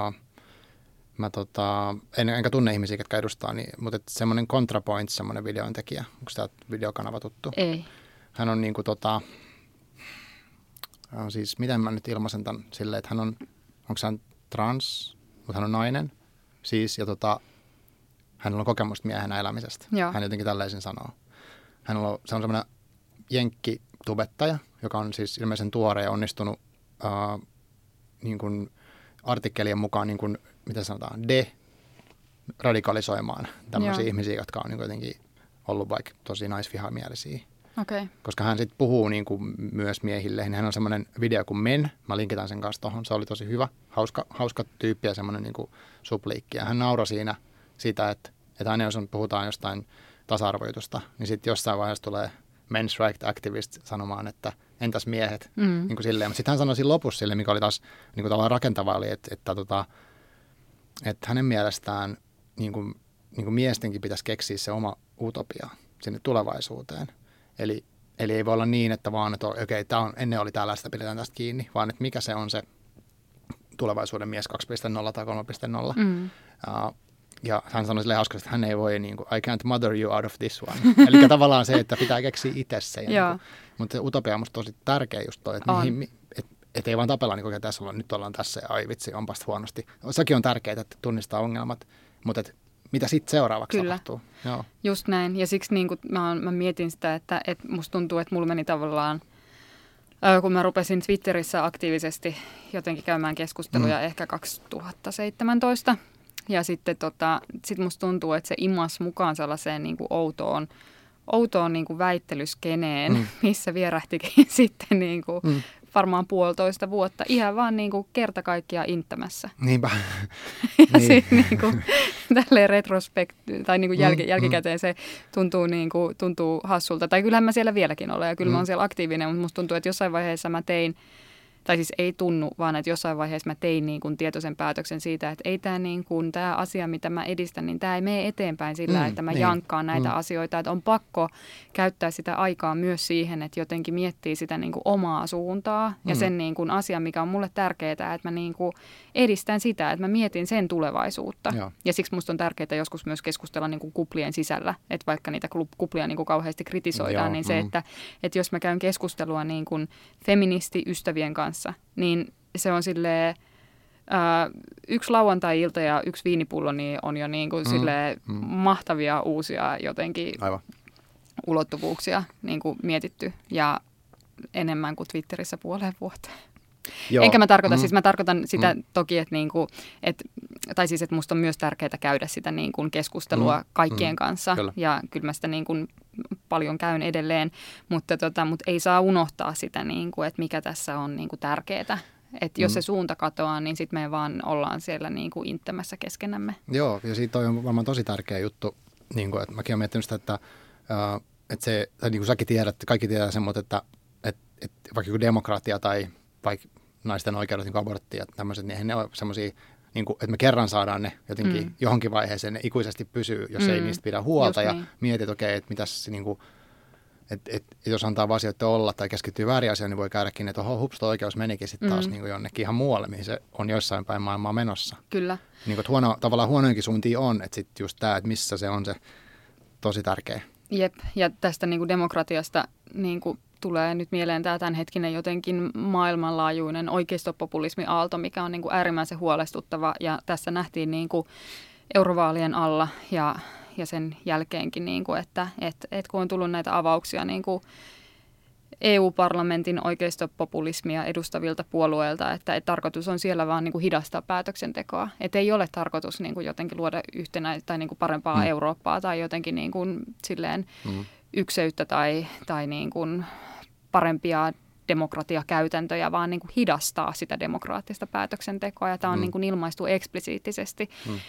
enkä tunne ihmisiä, jotka edustaa, mutta semmoinen ContraPoint, semmoinen videontekijä, onko tämä videokanava tuttu? Ei. Hän on niin kuin siis miten mä nyt ilmaisen tämän silleen, että onko hän trans, mutta hän on nainen, siis, ja hänellä on kokemusta miehenä elämisestä. Joo. Hän jotenkin tällaisen sanoo. Se on semmoinen jenkkitubettaja, joka on siis ilmeisen tuore ja onnistunut niin kuin artikkelien mukaan, niin kuin, mitä sanotaan, radikalisoimaan tämmöisiä ihmisiä, jotka on niin kuin jotenkin ollut vaikka tosi naisvihamielisiä. Okay. Koska hän sitten puhuu niin kuin myös miehille, niin hän on semmoinen video kuin Men, mä linkitän sen kanssa tuohon, se oli tosi hyvä, hauska tyyppi ja semmoinen niin kuin supliikki. Ja hän nauroi siinä sitä, että aina jos puhutaan jostain tasa-arvojutusta, niin sitten jossain vaiheessa tulee men's rights activist sanomaan, että entäs miehet, niin kuin silleen. Mutta sitten hän sanoi siinä lopussa sille, mikä oli taas niin kuin tavallaan rakentava, oli, että hänen mielestään niin kuin miestenkin pitäisi keksiä se oma utopia sinne tulevaisuuteen. Eli ei voi olla niin, että vaan, että okei, ennen oli tällaista, pidetään tästä kiinni, vaan että mikä se on se tulevaisuuden mies 2.0 tai 3.0. Ja hän sanoi silleen hauskasti, että hän ei voi, niin kuin, I can't mother you out of this one. Eli tavallaan se, että pitää keksiä itse se. Niin mutta se utopia on musta tosi tärkeä just toi, että ei vaan tapella, niin kuin tässä ollaan, nyt ollaan tässä ja ai vitsi, onpas huonosti. Sekin on tärkeää, että tunnistaa ongelmat, mutta mitä sitten seuraavaksi tapahtuu. Joo. Just näin. Ja siksi niin mä mietin sitä, että musta tuntuu, että mulla meni tavallaan, kun mä rupesin Twitterissä aktiivisesti jotenkin käymään keskusteluja ehkä 2017. Ja sitten sit musta tuntuu, että se imas mukaan sellaiseen niin kuin outoon niin kuin väittelyskeneen, missä vierähtikin sitten niin kuin varmaan 1,5 vuotta ihan vaan niin kuin kerta kaikkiaan inttämässä. Niinpä. Ja niin. Niin kuin, tälleen tai niin kuin jälkikäteen se tuntuu hassulta. Tai kyllähän mä siellä vieläkin olen ja kyllä mä oon siellä aktiivinen, mutta musta tuntuu, että jossain vaiheessa mä tein, tai siis ei tunnu, vaan että jossain vaiheessa mä tein niin kuin tietoisen päätöksen siitä, että ei tämä niin kuin, tämä asia, mitä mä edistän, niin tämä ei mene eteenpäin sillä, että mä jankkaan näitä asioita. Että on pakko käyttää sitä aikaa myös siihen, että jotenkin miettii sitä niin kuin omaa suuntaa ja sen niin kuin asian, mikä on mulle tärkeää, että mä niin kuin edistän sitä, että mä mietin sen tulevaisuutta. Joo. Ja siksi musta on tärkeää joskus myös keskustella niin kuin kuplien sisällä, että vaikka niitä kuplia niin kuin kauheasti kritisoidaan, niin se, että jos mä käyn keskustelua niin kuin feministiystävien kanssa, niin se on silleen, yksi lauantai-ilta ja yksi viinipullo niin on jo niin kuin silleen mahtavia uusia jotenkin ulottuvuuksia niin kuin mietitty ja enemmän kuin Twitterissä 0,5 vuotta. Joo. Enkä mä tarkoita, siis mä tarkoitan sitä toki, että niinku, tai siis, että musta on myös tärkeää käydä sitä niin kuin keskustelua kaikkien kanssa. Kyllä. Ja kyllä mä sitä niin kuin paljon käyn edelleen, mutta ei saa unohtaa sitä, niin kuin, että mikä tässä on niin kuin tärkeää. Että jos se suunta katoaa, niin sitten me vaan ollaan siellä niin kuin inttämässä keskenämme. Joo, ja siitä on varmaan tosi tärkeä juttu, niin kuin, että mäkin olen miettinyt sitä, että se, tai niin kuin säkin tiedät, kaikki tiedät sen, mutta että vaikka joku demokratia tai vaikka naisten oikeudet, niin kuin abortti ja tämmöiset, niin ne on semmoisia, niin että me kerran saadaan ne jotenkin johonkin vaiheeseen, ne ikuisesti pysyy, jos ei niistä pidä huolta. Just ja mietit, että okei, että mitäs niin kuin, että jos antaa asioiden olla tai keskittyy väärin asioihin, niin voi käydäkin, että hups, tuo oikeus menikin sitten taas niin kuin jonnekin ihan muualle, mihin se on joissain päin maailmaa menossa. Kyllä. Niin kuin, tavallaan huonoinkin suuntia on, että sitten just tämä, että missä se on se tosi tärkeä. Jep, ja tästä niin kuin demokratiasta niin kuin tulee nyt mieleen tämä tämänhetkinen jotenkin maailmanlaajuinen oikeistopopulismi-aalto, mikä on niin kuin äärimmäisen huolestuttava. Ja tässä nähtiin niin kuin eurovaalien alla ja sen jälkeenkin, niin kuin, että kun on tullut näitä avauksia niin kuin EU-parlamentin oikeistopopulismia edustavilta puolueilta, että tarkoitus on siellä vaan niin kuin hidastaa päätöksentekoa. Että ei ole tarkoitus niin kuin jotenkin luoda tai niin kuin parempaa Eurooppaa tai jotenkin niin kuin silleen ykseyttä tai niin kuin parempia demokratiakäytäntöjä, vaan niin kuin hidastaa sitä demokraattista päätöksentekoa, ja tämä on niin kuin ilmaistu eksplisiittisesti.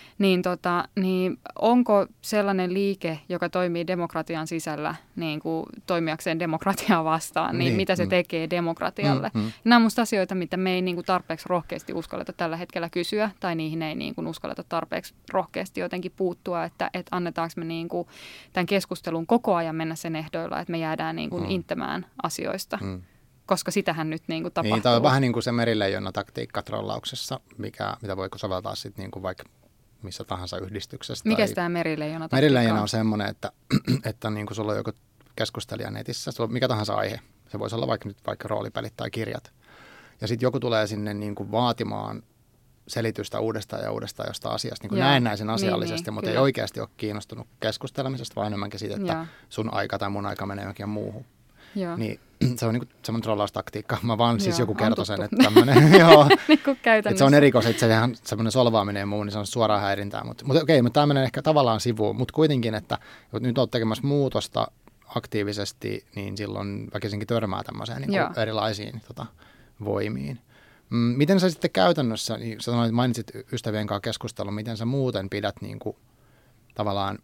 Niin onko sellainen liike, joka toimii demokratian sisällä niin kuin toimijakseen demokratiaa vastaan, niin mitä se tekee demokratialle? Nämä on musta asioita, mitä me ei niin kuin tarpeeksi rohkeasti uskalleta tällä hetkellä kysyä, tai niihin ei niin kuin uskalleta tarpeeksi rohkeasti jotenkin puuttua, että annetaanko me niin kuin tämän keskustelun koko ajan mennä sen ehdoilla, että me jäädään niin kuin inttämään asioista. Koska sitähän nyt niin kuin tapahtuu. Niin, tämä on vähän niin kuin se merileijona taktiikka trollauksessa, mitä voiko soveltaa sitten niin kuin vaikka missä tahansa yhdistyksessä. Mikäs tämä merileijona taktiikka on? Merileijona on semmoinen, että niin kuin sulla on joku keskustelija netissä, sulla on mikä tahansa aihe. Se voisi olla vaikka roolipelit tai kirjat. ja sitten joku tulee sinne niin kuin vaatimaan selitystä uudestaan ja uudestaan jostain asiasta, niin kuin näennäisen asiallisesti, mutta ei oikeasti ole kiinnostunut keskustelemisesta, vaan enemmänkin siitä, että sun aika tai mun aika menee johonkin muuhun. Joo. Niin se on niin semmoinen trollaustaktiikka. Mä vaan siis joku kertoi sen, että tämmöinen, joo, että se on erikois, että sehän semmoinen solvaaminen ja muu, niin se on suoraan häirintää. Mutta okei, mutta tämä menee ehkä tavallaan sivuun, mutta kuitenkin, että nyt olet tekemässä muutosta aktiivisesti, niin silloin väkisinkin törmää tämmöiseen niin kuin erilaisiin voimiin. Miten sä sitten käytännössä, niin sä sanoit, mainitsit ystävien kanssa keskustelun, miten sä muuten pidät niin kuin, tavallaan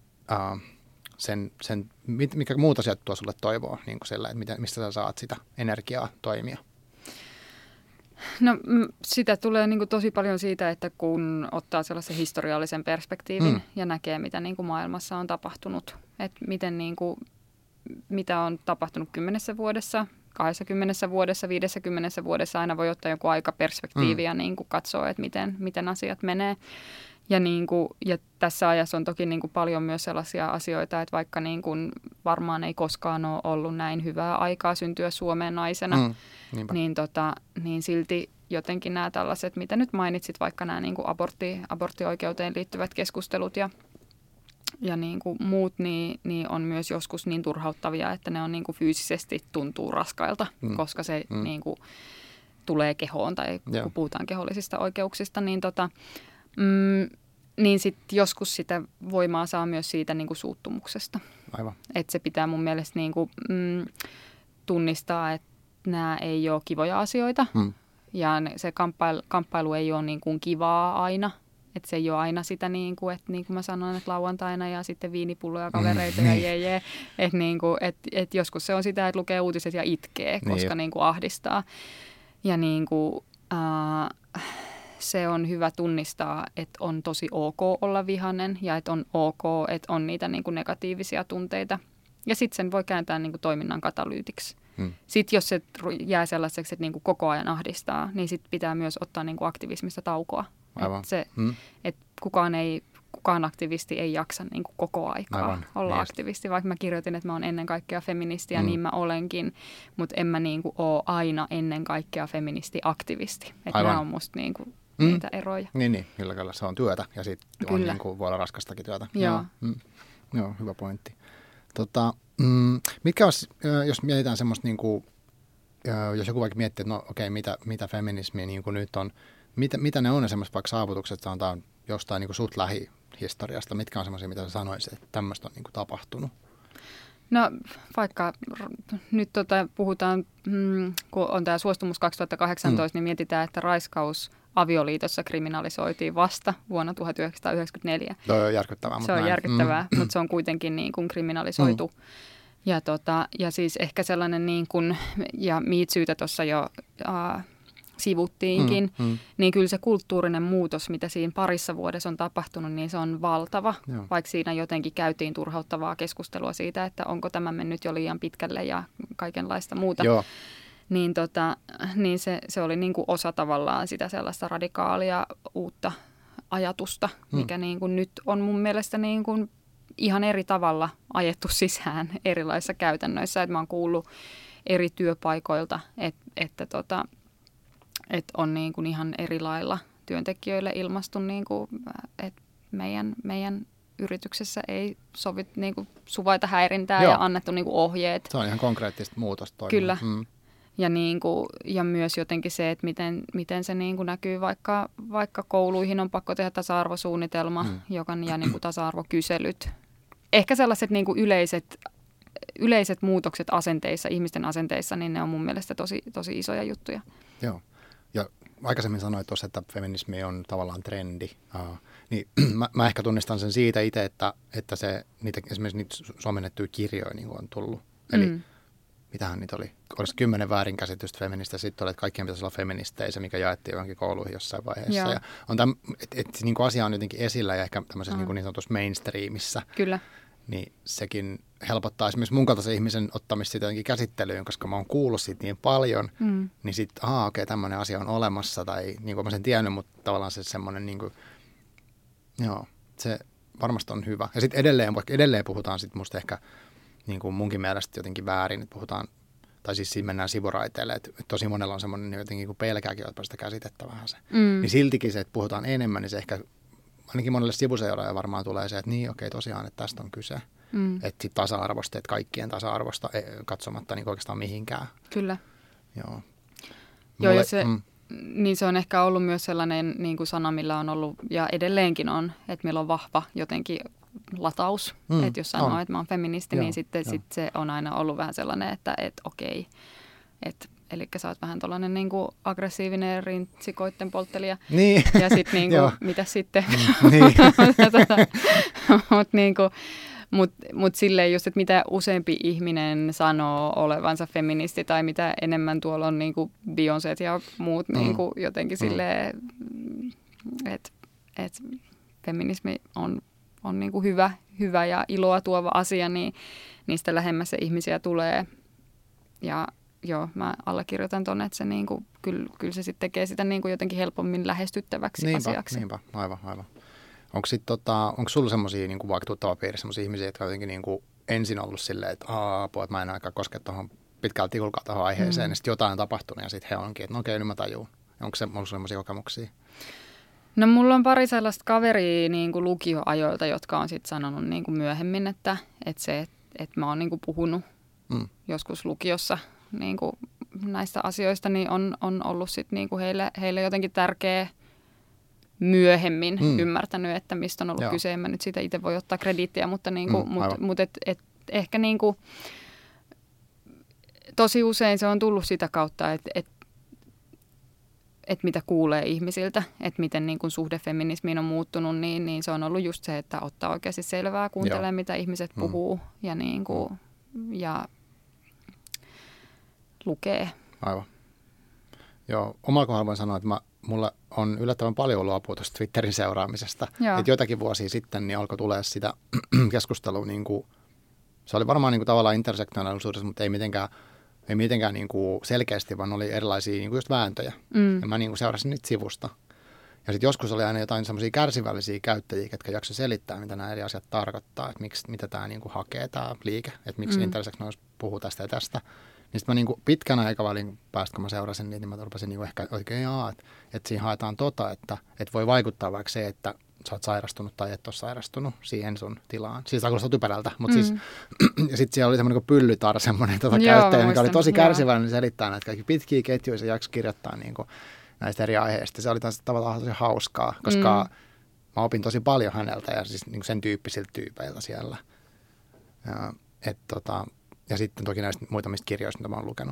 mikä muut asiat tuo sulle toivoa, niin kuin sillä, että mistä sä saat sitä energiaa toimia? No sitä tulee niin kuin tosi paljon siitä, että kun ottaa sellaisen historiallisen perspektiivin ja näkee, mitä niin kuin maailmassa on tapahtunut, että miten niin kuin, mitä on tapahtunut 10 vuodessa, 20 vuodessa, 50 vuodessa, aina voi ottaa joku aikaperspektiivi ja niin kuin katsoa, että miten asiat menee. Ja tässä ajassa on toki niin kuin paljon myös sellaisia asioita, että vaikka niin kuin varmaan ei koskaan ole ollut näin hyvää aikaa syntyä Suomeen naisena, niin silti jotenkin nämä tällaiset, mitä nyt mainitsit, vaikka nämä niin kuin aborttioikeuteen liittyvät keskustelut ja niin kuin muut, niin on myös joskus niin turhauttavia, että ne on niin kuin fyysisesti tuntuu raskailta, koska se niin kuin tulee kehoon tai kun puhutaan kehollisista oikeuksista, niin sitten joskus sitä voimaa saa myös siitä niin kuin suuttumuksesta. Aivan. Että se pitää mun mielestä niin kuin, tunnistaa, että nämä ei ole kivoja asioita ja se kamppailu ei ole niin kuin kivaa aina. Että se ei ole aina sitä, niin kuin mä sanoin, että lauantaina ja sitten viinipulloja kavereita ja jee. Että joskus se on sitä, että lukee uutiset ja itkee, koska niin kuin ahdistaa. Ja niin kuin, se on hyvä tunnistaa, että on tosi ok olla vihainen ja että on ok, että on niitä niin kuin negatiivisia tunteita. Ja sitten sen voi kääntää niin kuin toiminnan katalyytiksi. Sitten jos se jää sellaiseksi, että niin kuin koko ajan ahdistaa, niin sitten pitää myös ottaa niin kuin aktivismista taukoa. Että kukaan aktivisti ei jaksa niin kuin koko aikaa olla aktivisti, vaikka mä kirjoitin, että mä oon ennen kaikkea feministi ja niin mä olenkin, mutta en mä niin kuin ole aina ennen kaikkea feministi-aktivisti. Että nämä on musta niin kuin niitä eroja. Niin, kyllä se on työtä ja sitten on niin kuin, voi olla raskastakin työtä. Joo, hyvä pointti. Mitkä olisi, jos mietitään semmoista, niin kuin, jos joku vaikka miettii, että no okei, mitä feminismi niin kuin nyt on, mitä ne on ne semmoiset vaikka saavutukset, sanotaan jostain niin kuin sut lähihistoriasta, mitkä on semmoisia, mitä sä sanoisit, että tämmöistä on niin kuin tapahtunut? No vaikka nyt puhutaan, kun on tämä suostumus 2018, niin mietitään, että raiskaus avioliitossa kriminalisoitiin vasta vuonna 1994. Se on järkyttävää. Se on järkyttävää, mutta se on kuitenkin niin kuin kriminalisoitu. Ja siis ehkä sellainen, niin kuin, ja MeTootä tuossa jo sivuttiinkin, niin kyllä se kulttuurinen muutos, mitä siinä parissa vuodessa on tapahtunut, niin se on valtava. Joo. Vaikka siinä jotenkin käytiin turhauttavaa keskustelua siitä, että onko tämä mennyt jo liian pitkälle ja kaikenlaista muuta. Joo. Niin se oli niin kuin osa tavallaan sitä sellaista radikaalia uutta ajatusta, mikä niin kuin nyt on mun mielestä niin kuin ihan eri tavalla ajettu sisään erilaisissa käytännöissä. Et mä oon kuullut eri työpaikoilta, että on niin kuin ihan eri lailla työntekijöille ilmastu, niin kuin, että meidän yrityksessä ei sovi niin kuin suvaita häirintää ja annettu niin kuin ohjeet. Se on ihan konkreettista muutosta. Kyllä. Ja myös jotenkin se, että miten se niin kuin näkyy vaikka kouluihin on pakko tehdä tasa-arvosuunnitelma ja niin kuin tasa-arvokyselyt. Ehkä sellaiset niin kuin yleiset muutokset asenteissa, ihmisten asenteissa, niin ne on mun mielestä tosi isoja juttuja. Joo. Ja aikaisemmin sanoit tuossa, että feminismi on tavallaan trendi. Niin mä ehkä tunnistan sen siitä itse, että esimerkiksi niitä suomennettuja kirjoja niin on tullut. Eli mitähän niitä oli? Oliko 10 väärinkäsitystä feministä, sitten oli, että kaikkien pitäisi olla feministejä, se mikä jaettiin johonkin kouluihin jossain vaiheessa. Ja että niin asia on jotenkin esillä ja ehkä tämmöisessä niin sanotussa mainstreamissa. Kyllä. Niin sekin helpottaa esimerkiksi mun kaltaisen ihmisen ottamista sitä jotenkin käsittelyyn, koska mä oon kuullut siitä niin paljon, niin sitten, okei, tämmöinen asia on olemassa, tai niin kuin mä sen tiennyt, mutta tavallaan se semmoinen, niin kuin, se varmasti on hyvä. Ja sitten edelleen puhutaan sitten musta ehkä niin kuin munkin mielestä jotenkin väärin, että puhutaan tai siis siinä mennään sivuraiteille, että tosi monella on semmoinen jotenkin kuin pelkääkin ottaa sitä käsitettä vähän se. Niin siltikin se, että puhutaan enemmän, niin se ehkä ainakin monelle sivuseuraajalle varmaan tulee se, että niin okei, tosiaan, että tästä on kyse. Että sit tasa-arvosta, että kaikkien tasa-arvosta katsomatta niin oikeastaan mihinkään. Kyllä. Joo. Joo, ja niin se on ehkä ollut myös sellainen niin kuin sana, millä on ollut, ja edelleenkin on, että meillä on vahva jotenkin lataus. Että jos sanoo, että mä oon feministi, niin sitten se on aina ollut vähän sellainen, että okei. Eli sä oot vähän tollainen niin kuin aggressiivinen rintsikoitten polttelija. Niin. Ja sitten niin kuin, mitä sitten? Niin. Mutta silleen just, että mitä useampi ihminen sanoo olevansa feministi tai mitä enemmän tuolla on niin kuin Beyoncét ja muut niin kuin jotenkin silleen, että feminismi on niin kuin hyvä ja iloa tuova asia, niin niistä lähemmäs se ihmisiä tulee. Ja joo, mä allekirjoitan tuonne, että se niin kuin, kyllä se sitten tekee sitä niin kuin jotenkin helpommin lähestyttäväksi asiaksi. Niinpä, aivan. Onko sulla semmoisia niin vaikka tuttava piirissä semmoisia ihmisiä, jotka on jotenkin niin kuin ensin ollut silleen, että apua, että mä en aika koske tuohon pitkälti tikulkaan tuohon aiheeseen, ja sitten jotain on tapahtunut, ja sitten he onkin, että no okei, nyt mä tajuun. Onko se ollut semmoisia kokemuksia? No mulla on pari sellaista kaveria niin kuin lukioajoilta, jotka on sitten sanonut niin kuin myöhemmin, että mä oon niin kuin puhunut joskus lukiossa niin kuin näistä asioista, niin on ollut sitten niin kuin heille jotenkin tärkeä myöhemmin ymmärtänyt, että mistä on ollut kyse. En mä nyt siitä itse voi ottaa krediittiä, mutta niinku, ehkä niinku, tosi usein se on tullut sitä kautta, että mitä kuulee ihmisiltä, että miten niinku suhde feminismiin on muuttunut, niin se on ollut just se, että ottaa oikeasti selvää, kuuntelee mitä ihmiset puhuu ja, niinku, ja lukee. Aivan. Joo, omalla kohdalla voin sanoa, että mulla on yllättävän paljon ollut apua tuosta Twitterin seuraamisesta. Että joitakin vuosia sitten niin alkoi tulee sitä keskustelua, niin kuin, se oli varmaan niin kuin tavallaan intersektionaalisuudessa, mutta ei mitenkään niin kuin selkeästi, vaan oli erilaisia niin kuin just vääntöjä. Ja mä niin kuin seurasin niitä sivusta. Ja sitten joskus oli aina jotain semmoisia kärsivällisiä käyttäjiä, jotka jaksoivat selittää, mitä nämä eri asiat tarkoittaa, että mitä tämä niin kuin hakee, tämä liike, että miksi intersektionaalisuus puhuu tästä ja tästä. Niin sitten mä niinku pitkän aikavälin päästä, kun mä seurasin niitä, niin mä rupesin niinku ehkä oikein että siinä haetaan että voi vaikuttaa vaikka se, että sä oot sairastunut tai et ole sairastunut siihen sun tilaan. Siis tämä kuulostaa typerältä, mutta siis, ja sitten siellä oli semmoinen Pyllytar, semmoinen käyttäjä, mikä oli tosi kärsivällinen selittää näitä kaikki pitkiä ketjuja, se jakso kirjoittaa niinku näistä eri aiheista. Se oli taas tavallaan tosi hauskaa, koska mä opin tosi paljon häneltä ja siis niinku sen tyyppisiltä tyypeiltä siellä. Ja sitten toki näistä muutamista kirjoista, mitä mä oon lukenut.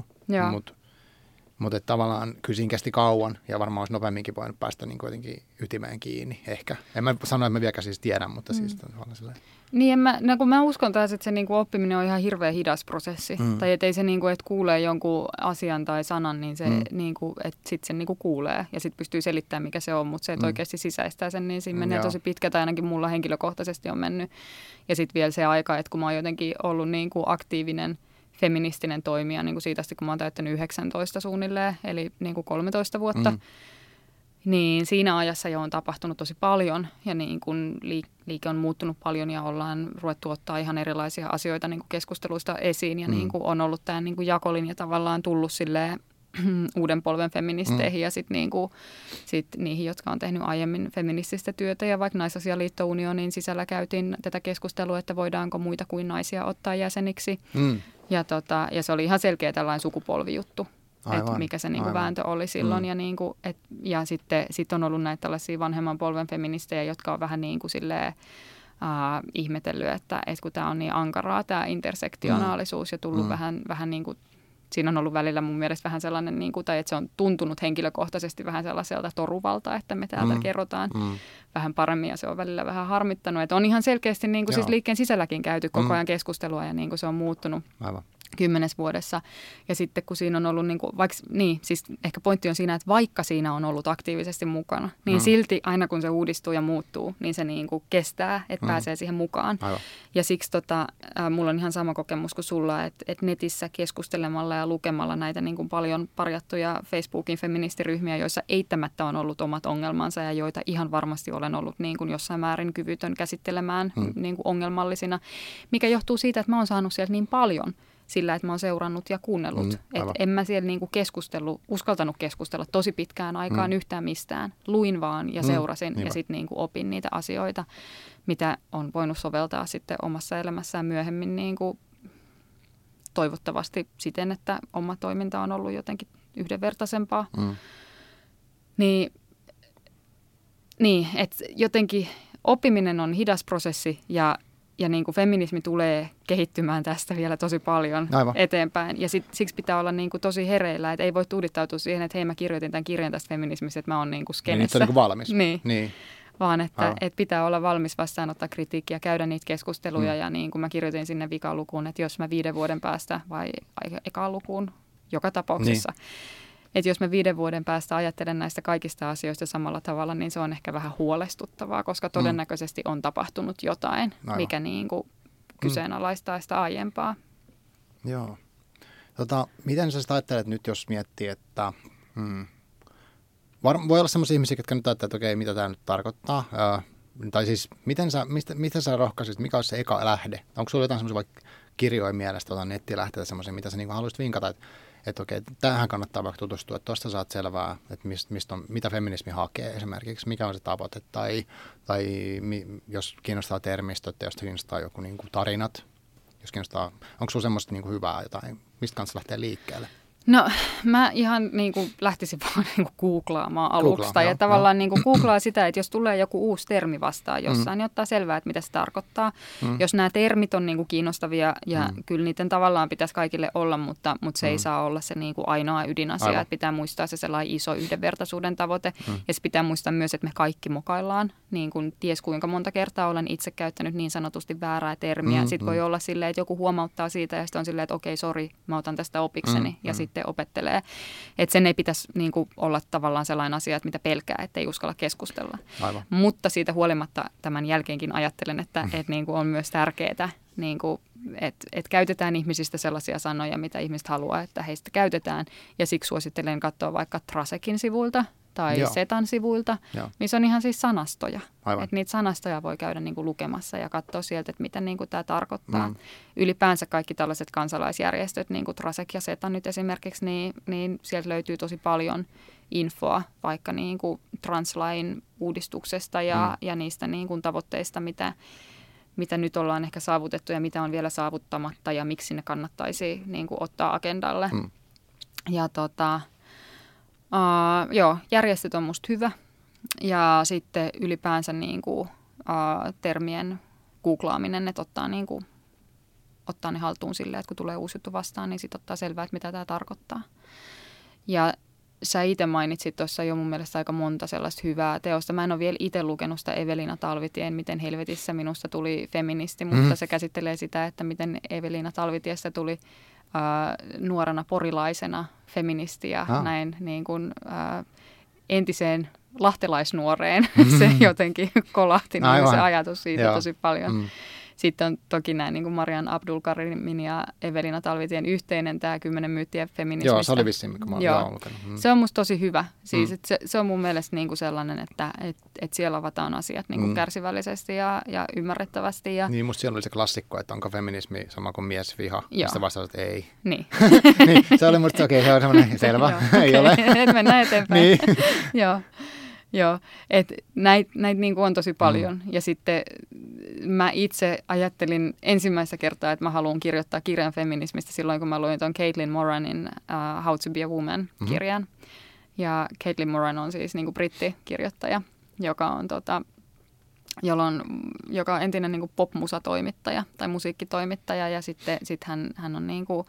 Mutta tavallaan kyllä siinä kesti kauan ja varmaan olisi nopeamminkin voinut päästä niin kuitenkin ytimeen kiinni ehkä. En mä sano, että mä vieläkään siis tiedän, mutta siis tavallaan silleen. Niin, kun mä uskon taas, että se niinku oppiminen on ihan hirveän hidas prosessi. Tai ettei se, niinku, että kuulee jonkun asian tai sanan, niin se, niinku, että sitten sen niinku kuulee ja sitten pystyy selittämään, mikä se on. Mutta se, että oikeasti sisäistää sen, niin siinä menee tosi pitkä, tai ainakin mulla henkilökohtaisesti on mennyt. Ja sitten vielä se aika, että kun mä oon jotenkin ollut niinku aktiivinen feministinen toimija niin kuin siitä asti, kun mä oon täyttänyt 19 suunnilleen, eli niin kuin 13 vuotta, niin siinä ajassa jo on tapahtunut tosi paljon ja niin kuin liike on muuttunut paljon ja ollaan ruvettu ottaa ihan erilaisia asioita niin kuin keskusteluista esiin ja niin kuin on ollut tämä niin kuin jakolinja tavallaan tullut silleen uuden polven feministeihin ja sitten niinku, niihin, jotka on tehnyt aiemmin feminististä työtä. Ja vaikka Naisasialiitto-unionin sisällä käytiin tätä keskustelua, että voidaanko muita kuin naisia ottaa jäseniksi. Ja se oli ihan selkeä tällainen sukupolvijuttu, että mikä se niinku vääntö oli silloin. Ja sitten on ollut näitä tällaisia vanhemman polven feministejä, jotka on vähän niin kuin silleen ihmetellyt, että kun tämä on niin ankaraa, tämä intersektionaalisuus ja tullut vähän niin kuin siinä on ollut välillä mun mielestä vähän sellainen, niin kuin, tai että se on tuntunut henkilökohtaisesti vähän sellaiselta toruvalta, että me täältä kerrotaan vähän paremmin ja se on välillä vähän harmittanut. Että on ihan selkeästi niin kuin siis liikkeen sisälläkin käyty koko ajan keskustelua ja niin kuin se on muuttunut. Aivan. 10 vuodessa. Ja sitten kun siinä on ollut, siis ehkä pointti on siinä, että vaikka siinä on ollut aktiivisesti mukana, niin silti aina kun se uudistuu ja muuttuu, niin se niin kuin kestää, että pääsee siihen mukaan. Aivan. Ja siksi mulla on ihan sama kokemus kuin sulla, että netissä keskustelemalla ja lukemalla näitä niin kuin paljon parjattuja Facebookin feministiryhmiä, joissa eittämättä on ollut omat ongelmansa ja joita ihan varmasti olen ollut niin kuin jossain määrin kyvytön käsittelemään niin kuin ongelmallisina, mikä johtuu siitä, että mä oon saanut sieltä niin paljon sillä, että mä oon seurannut ja kuunnellut. Että en mä siellä niinku uskaltanut keskustella tosi pitkään aikaan yhtään mistään. Luin vaan ja seurasin ja sitten niinku opin niitä asioita, mitä on voinut soveltaa sitten omassa elämässään myöhemmin niinku toivottavasti siten, että oma toiminta on ollut jotenkin yhdenvertaisempaa. Niin, että jotenkin oppiminen on hidas prosessi ja niin kuin feminismi tulee kehittymään tästä vielä tosi paljon eteenpäin. Ja siksi pitää olla niin kuin tosi hereillä, että ei voi tuudittautua siihen, että hei mä kirjoitin tämän kirjan tästä feminismistä, että mä oon niin kuin skenessä. Niin, nyt on niin kuin valmis. Niin. Vaan että pitää olla valmis vastaanottaa kritiikkiä, käydä niitä keskusteluja ja niin kuin mä kirjoitin sinne vikalukuun, että jos mä 5 vuoden päästä vai ekaan lukuun joka tapauksessa, että jos mä 5 vuoden päästä ajattelen näistä kaikista asioista samalla tavalla, niin se on ehkä vähän huolestuttavaa, koska todennäköisesti on tapahtunut jotain, mikä niin kuin kyseenalaistaa sitä aiempaa. Joo. Miten sä sitä ajattelet nyt, jos miettii, että voi olla sellaisia ihmisiä, jotka nyt ajattelee, että okei, mitä tämä nyt tarkoittaa? Tai siis, miten sä rohkaisit, mikä olisi se eka lähde? Onko sulla jotain semmoisia vaikka kirjoja mielestä, nettilähteitä semmoisia, mitä sä niin haluaisit vinkata, että okei, tähän kannattaa vaikka tutustua, että tuosta saat selvää, että mitä feminismi hakee esimerkiksi, mikä on se tavoite, tai jos kiinnostaa termistöt, jos kiinnostaa joku niin kuin tarinat, jos kiinnostaa, onko sinulla semmoista niin kuin hyvää jotain, mistä kannattaa lähteä liikkeelle? No mä ihan niin kuin lähtisin vaan niin kuin googlaamaan alusta ja tavallaan niin kuin googlaa sitä, että jos tulee joku uusi termi vastaan jossain, niin ottaa selvää, että mitä se tarkoittaa. Jos nämä termit on niin kuin kiinnostavia ja kyllä niiden tavallaan pitäisi kaikille olla, mutta se ei saa olla se niin kuin ainoa ydinasia, että pitää muistaa se sellainen iso yhdenvertaisuuden tavoite ja se pitää muistaa myös, että me kaikki mokaillaan, niin kuin ties kuinka monta kertaa olen itse käyttänyt niin sanotusti väärää termiä. Sitten voi olla silleen, että joku huomauttaa siitä ja sitten on silleen, että okei, sori, mä otan tästä opikseni ja sitten opettelee. Että sen ei pitäisi niin kuin olla tavallaan sellainen asia, että mitä pelkää, ettei uskalla keskustella. Aivan. Mutta siitä huolimatta tämän jälkeenkin ajattelen, että niin kuin on myös tärkeää, niin kuin, että käytetään ihmisistä sellaisia sanoja, mitä ihmiset haluaa, että heistä käytetään. Ja siksi suosittelen katsoa vaikka Trasekin sivuilta tai Setan sivuilta, missä on ihan siis sanastoja. Että niitä sanastoja voi käydä niin kuin lukemassa ja katsoa sieltä, että mitä niin kuin tämä tarkoittaa. Ylipäänsä kaikki tällaiset kansalaisjärjestöt, niin kuin Trasek ja Seta nyt esimerkiksi, niin sieltä löytyy tosi paljon infoa vaikka niin kuin translain uudistuksesta ja niistä niin kuin tavoitteista, mitä nyt ollaan ehkä saavutettu ja mitä on vielä saavuttamatta ja miksi ne kannattaisi niin kuin ottaa agendalle. Ja järjestöt on musta hyvä ja sitten ylipäänsä niin kuin, termien googlaaminen, että ottaa ne haltuun silleen, että kun tulee uusi juttu vastaan, niin sitten ottaa selvää, että mitä tämä tarkoittaa. Ja sä itse mainitsit tuossa jo mun mielestä aika monta sellaista hyvää teosta. Mä en ole vielä itse lukenut sitä Evelina Talvitien, miten helvetissä minusta tuli feministi, mutta se käsittelee sitä, että miten Evelina Talvitiestä tuli nuorena porilaisena feministi ja näin niin kuin, entiseen lahtelaisnuoreen se jotenkin kolahti niin se ajatus siitä tosi paljon. Sitten on toki nämä niin kuin Marian Abdul-Karimin ja Evelina Talvitien yhteinen tämä 10 myyttiä feminismistä. Joo, se oli vissiin, kun mä oon lukenut. Se on musta tosi hyvä. Siis, se on mun mielestä niin kuin sellainen, että siellä avataan asiat niin kuin kärsivällisesti ja ymmärrettävästi. Ja niin, musta siellä oli se klassikko, että onko feminismi sama kuin miesviha. Sitten vastaat, että ei. Niin. Niin, se oli musta se on semmoinen selvä. Ei ole. Et mennään eteenpäin. Niin. Joo, että näitä niin kuin on tosi paljon. Ja sitten mä itse ajattelin ensimmäistä kertaa, että mä haluan kirjoittaa kirjan feminismistä silloin, kun mä luin tuon Caitlin Moranin How to be a Woman-kirjan. Ja Caitlin Moran on siis niin kuin brittikirjoittaja, joka on joka on entinen niin kuin pop-musatoimittaja tai musiikkitoimittaja. Ja sitten hän on niin kuin,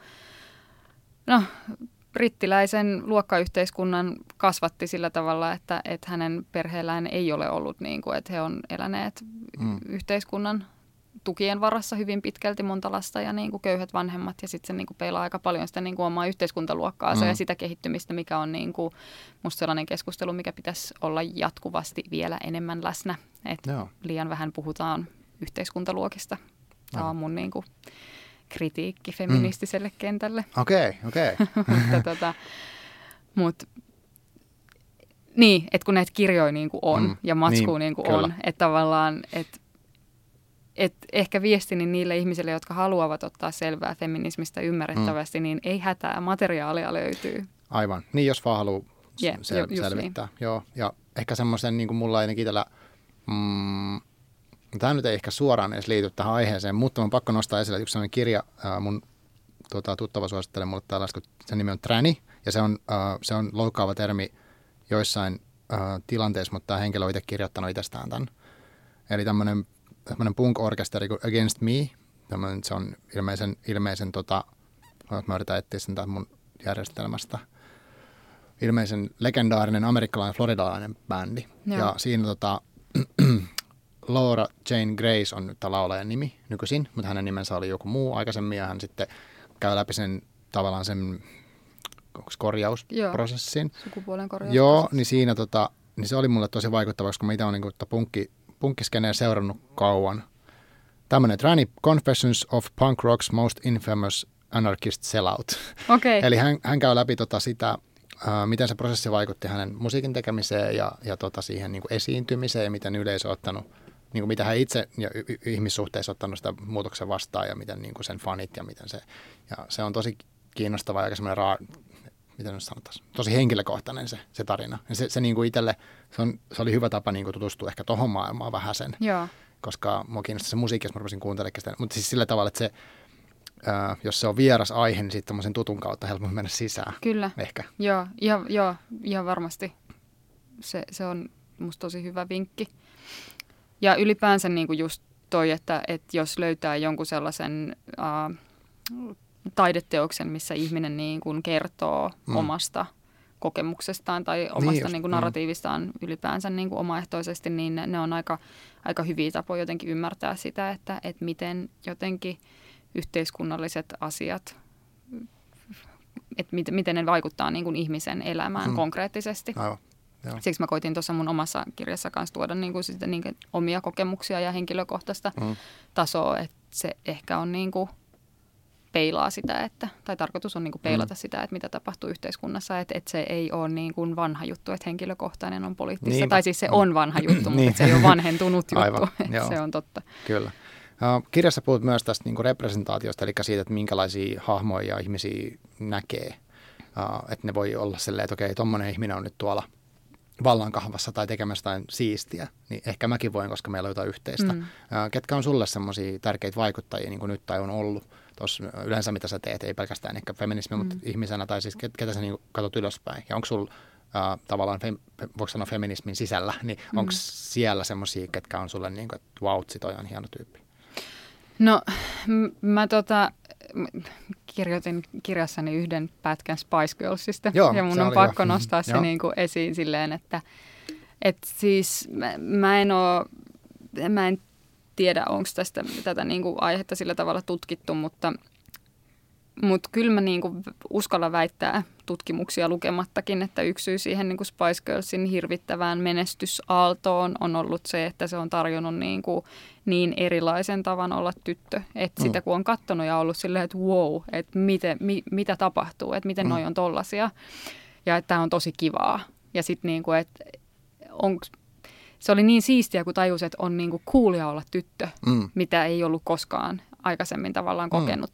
brittiläisen luokkayhteiskunnan kasvatti sillä tavalla, että hänen perheellään ei ole ollut niin kuin, että he on eläneet yhteiskunnan tukien varassa hyvin pitkälti monta lasta ja niin kuin köyhät vanhemmat ja sitten se niin kuin peilaa aika paljon sitä niin kuin omaa yhteiskuntaluokkaansa ja sitä kehittymistä, mikä on niin kuin musta sellainen keskustelu, mikä pitäisi olla jatkuvasti vielä enemmän läsnä. Että liian vähän puhutaan yhteiskuntaluokista. Tämä on mun niin kuin kritiikki feministiselle kentälle. Okei. Mutta niin, että kun näitä kirjoja niin kuin on ja matskua niin kuin on, että tavallaan, ehkä viestini niille ihmisille, jotka haluavat ottaa selvää feminismistä ymmärrettävästi, niin ei hätää, materiaalia löytyy. Aivan. Niin, jos vaan haluaa selvittää. Niin. Joo. Ja ehkä semmoisen, niin kuin mulla ainakin itsellä, tämä nyt ei ehkä suoraan edes liity tähän aiheeseen, mutta on pakko nostaa esille yksi sellainen kirja, mun tuttava suosittelee mulle tällaista, sen nimi on Tranny, ja se on loukkaava termi joissain tilanteissa, mutta tämä henkilö on itse kirjoittanut itsestään tämän. Eli tämmöinen punk-orkesteri kuin Against Me, se on ilmeisen mä yritän etsiä sen tämän mun järjestelmästä, ilmeisen legendaarinen amerikkalainen floridalainen bändi. Joo. Ja siinä Laura Jane Grace on nyt laulajan nimi nykyisin, mutta hänen nimensä oli joku muu aikaisemmin, ja hän sitten käy läpi sen tavallaan sen korjausprosessin. Sukupuolen korjausprosessin. Joo, niin siinä niin se oli mulle tosi vaikuttava, koska mä itse olen niin punkkiskeneen seurannut kauan. Tämmöinen Tranny Confessions of Punk Rock's Most Infamous Anarchist Sellout. Okay. Eli hän käy läpi sitä, miten se prosessi vaikutti hänen musiikin tekemiseen ja siihen niin kuin esiintymiseen ja miten yleisö on ottanut, niin kuin mitä hän itse ja ihmissuhteissa ottanut sitä muutoksen vastaan ja miten niin kuin sen fanit ja miten se. Ja se on tosi kiinnostava ja aika semmoinen miten nyt sanotaan, tosi henkilökohtainen se tarina. Ja se niin kuin itselle, se oli hyvä tapa niin kuin tutustua ehkä tohon maailmaan vähäsen. Joo. Koska mua kiinnostaa se musiikki, jos mä rupesin kuuntelemaan sitä. Mutta siis sillä tavalla, että se, jos se on vieras aihe, niin sitten tommoisen tutun kautta helpommin mennä sisään. Kyllä. Ehkä. Joo, ihan varmasti. Se on musta tosi hyvä vinkki. Ja ylipäänsä niin kuin just toi, että jos löytää jonkun sellaisen taideteoksen, missä ihminen niin kuin kertoo omasta kokemuksestaan tai omasta niin kuin narratiivistaan ylipäänsä niin kuin omaehtoisesti, niin ne on aika hyviä tapoja jotenkin ymmärtää sitä, että miten jotenkin yhteiskunnalliset asiat, että miten ne vaikuttaa niin kuin ihmisen elämään konkreettisesti. Aivan. Joo. Siksi mä koitin tuossa mun omassa kirjassa kanssa tuoda niin kuin sitä, niin kuin omia kokemuksia ja henkilökohtaista tasoa, että se ehkä on niin kuin peilaa sitä, tai tarkoitus on niin kuin peilata sitä, että mitä tapahtuu yhteiskunnassa, että se ei ole niin kuin vanha juttu, että henkilökohtainen on poliittista. Niinpä. Tai siis se on vanha juttu, mutta se ei ole vanhentunut juttu. Aivan, se on totta. Kyllä. Kirjassa puhut myös tästä niin kuin representaatiosta, eli siitä, että minkälaisia hahmoja ja ihmisiä näkee. Että ne voi olla silleen, että okei, tommoinen ihminen on nyt tuolla vallankahvassa tai tekemässä jotain siistiä, niin ehkä mäkin voin, koska meillä on jotain yhteistä. Ketkä on sulle semmoisia tärkeitä vaikuttajia, niin kuin nyt tai on ollut tuossa yleensä, mitä sä teet, ei pelkästään ehkä feminismi, mutta ihmisenä, tai siis ketä sä niin katsot ylöspäin, ja onko sulla tavallaan, voiko sanoa feminismin sisällä, niin onko siellä semmoisia, ketkä on sulle niin kuin, että vau, toi on hieno tyyppi? No, mä kirjoitin kirjassani yhden pätkän Spice Girlsista. Joo, ja mun on pakko nostaa se niin kuin esiin silleen, että siis mä en tiedä, onko tätä niin kuin aihetta sillä tavalla tutkittu, mutta kyllä mä niin kuin uskallan väittää tutkimuksia lukemattakin, että yksi syy siihen niin kuin Spice Girlsin hirvittävään menestysaaltoon on ollut se, että se on tarjonnut niin erilaisen tavan olla tyttö. Että sitä kun on katsonut ja ollut silleen, että wow, että mitä tapahtuu, että miten noi on tollasia ja että tämä on tosi kivaa. Ja sitten niin kuin, että se oli niin siistiä, kun tajusi, että on niin kuin coolia olla tyttö, mitä ei ollut koskaan aikaisemmin tavallaan kokenut.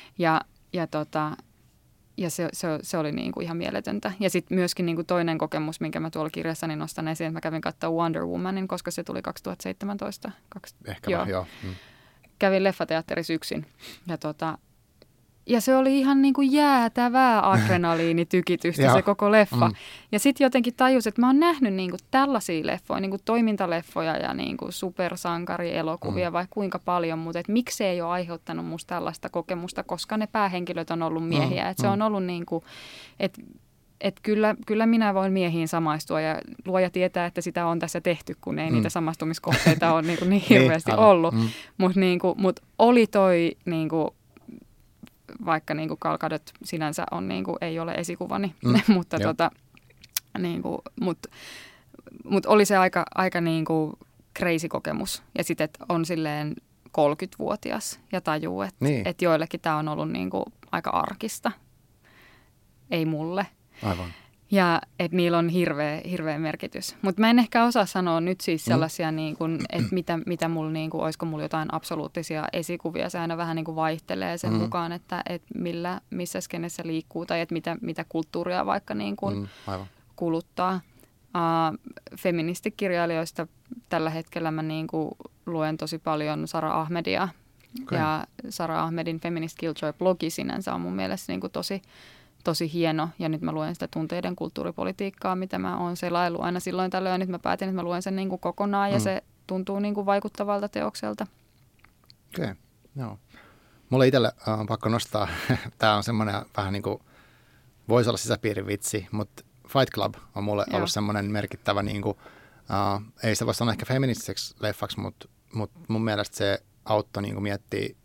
Ja se oli niin kuin ihan mieletöntä. Ja sitten myöskin niin kuin toinen kokemus, minkä mä tuolla kirjassani nostan esiin, että mä kävin katsomaan Wonder Womanin, koska se tuli 2017. Ehkä joo. Kävin leffateatterissa yksin. Ja se oli ihan niin kuin jäätävää adrenaliinitykitystä se koko leffa. Ja sitten jotenkin tajusin, että mä oon nähnyt niin kuin tällaisia leffoja, niin kuin toimintaleffoja ja niin kuin supersankarielokuvia vai kuinka paljon, mutta että miksi ei ole aiheuttanut musta tällaista kokemusta, koska ne päähenkilöt on ollut miehiä. Että se on ollut niin kuin, että kyllä minä voin miehiin samaistua ja luoja tietää, että sitä on tässä tehty, kun ei niitä samastumiskohteita ole niin hirveästi ollut. Mutta oli toi niin kuin, vaikka niin kuin Gal Gadot sinänsä on, niin kuin, ei ole esikuvani, mutta mut oli se aika niin kuin crazy kokemus. Ja sitten, että on silleen 30-vuotias ja tajuu, että et joillekin tämä on ollut niin kuin aika arkista. Ei mulle. Aivan. Ja että niillä on hirveä merkitys. Mutta mä en ehkä osaa sanoa nyt siis sellaisia, niin kun, että mitä mulla, niin kun, olisiko mulla jotain absoluuttisia esikuvia. Se aina vähän niin kun vaihtelee sen mukaan, että missä skenessä liikkuu tai että mitä kulttuuria vaikka niin kun kuluttaa. Feministikirjailijoista tällä hetkellä mä niin kun luen tosi paljon Sara Ahmedia. Okay. Ja Sara Ahmedin Feminist Killjoy-blogi sinänsä on mun mielestä niin kun tosi hieno, ja nyt mä luen sitä tunteiden kulttuuripolitiikkaa, mitä mä oon selaillut aina silloin tällöin, ja nyt mä päätin, että mä luen sen niin kuin kokonaan, ja se tuntuu niin kuin vaikuttavalta teokselta. Okei, okay. Joo. Mulle itselle on pakko nostaa, tämä on semmoinen vähän niin kuin, voisi olla sisäpiirin vitsi, mutta Fight Club on mulle ollut semmoinen merkittävä, niin kuin, ei sitä voi sanoa ehkä feministiseksi leffaksi, mutta mun mielestä se auttoi niin kuin miettiä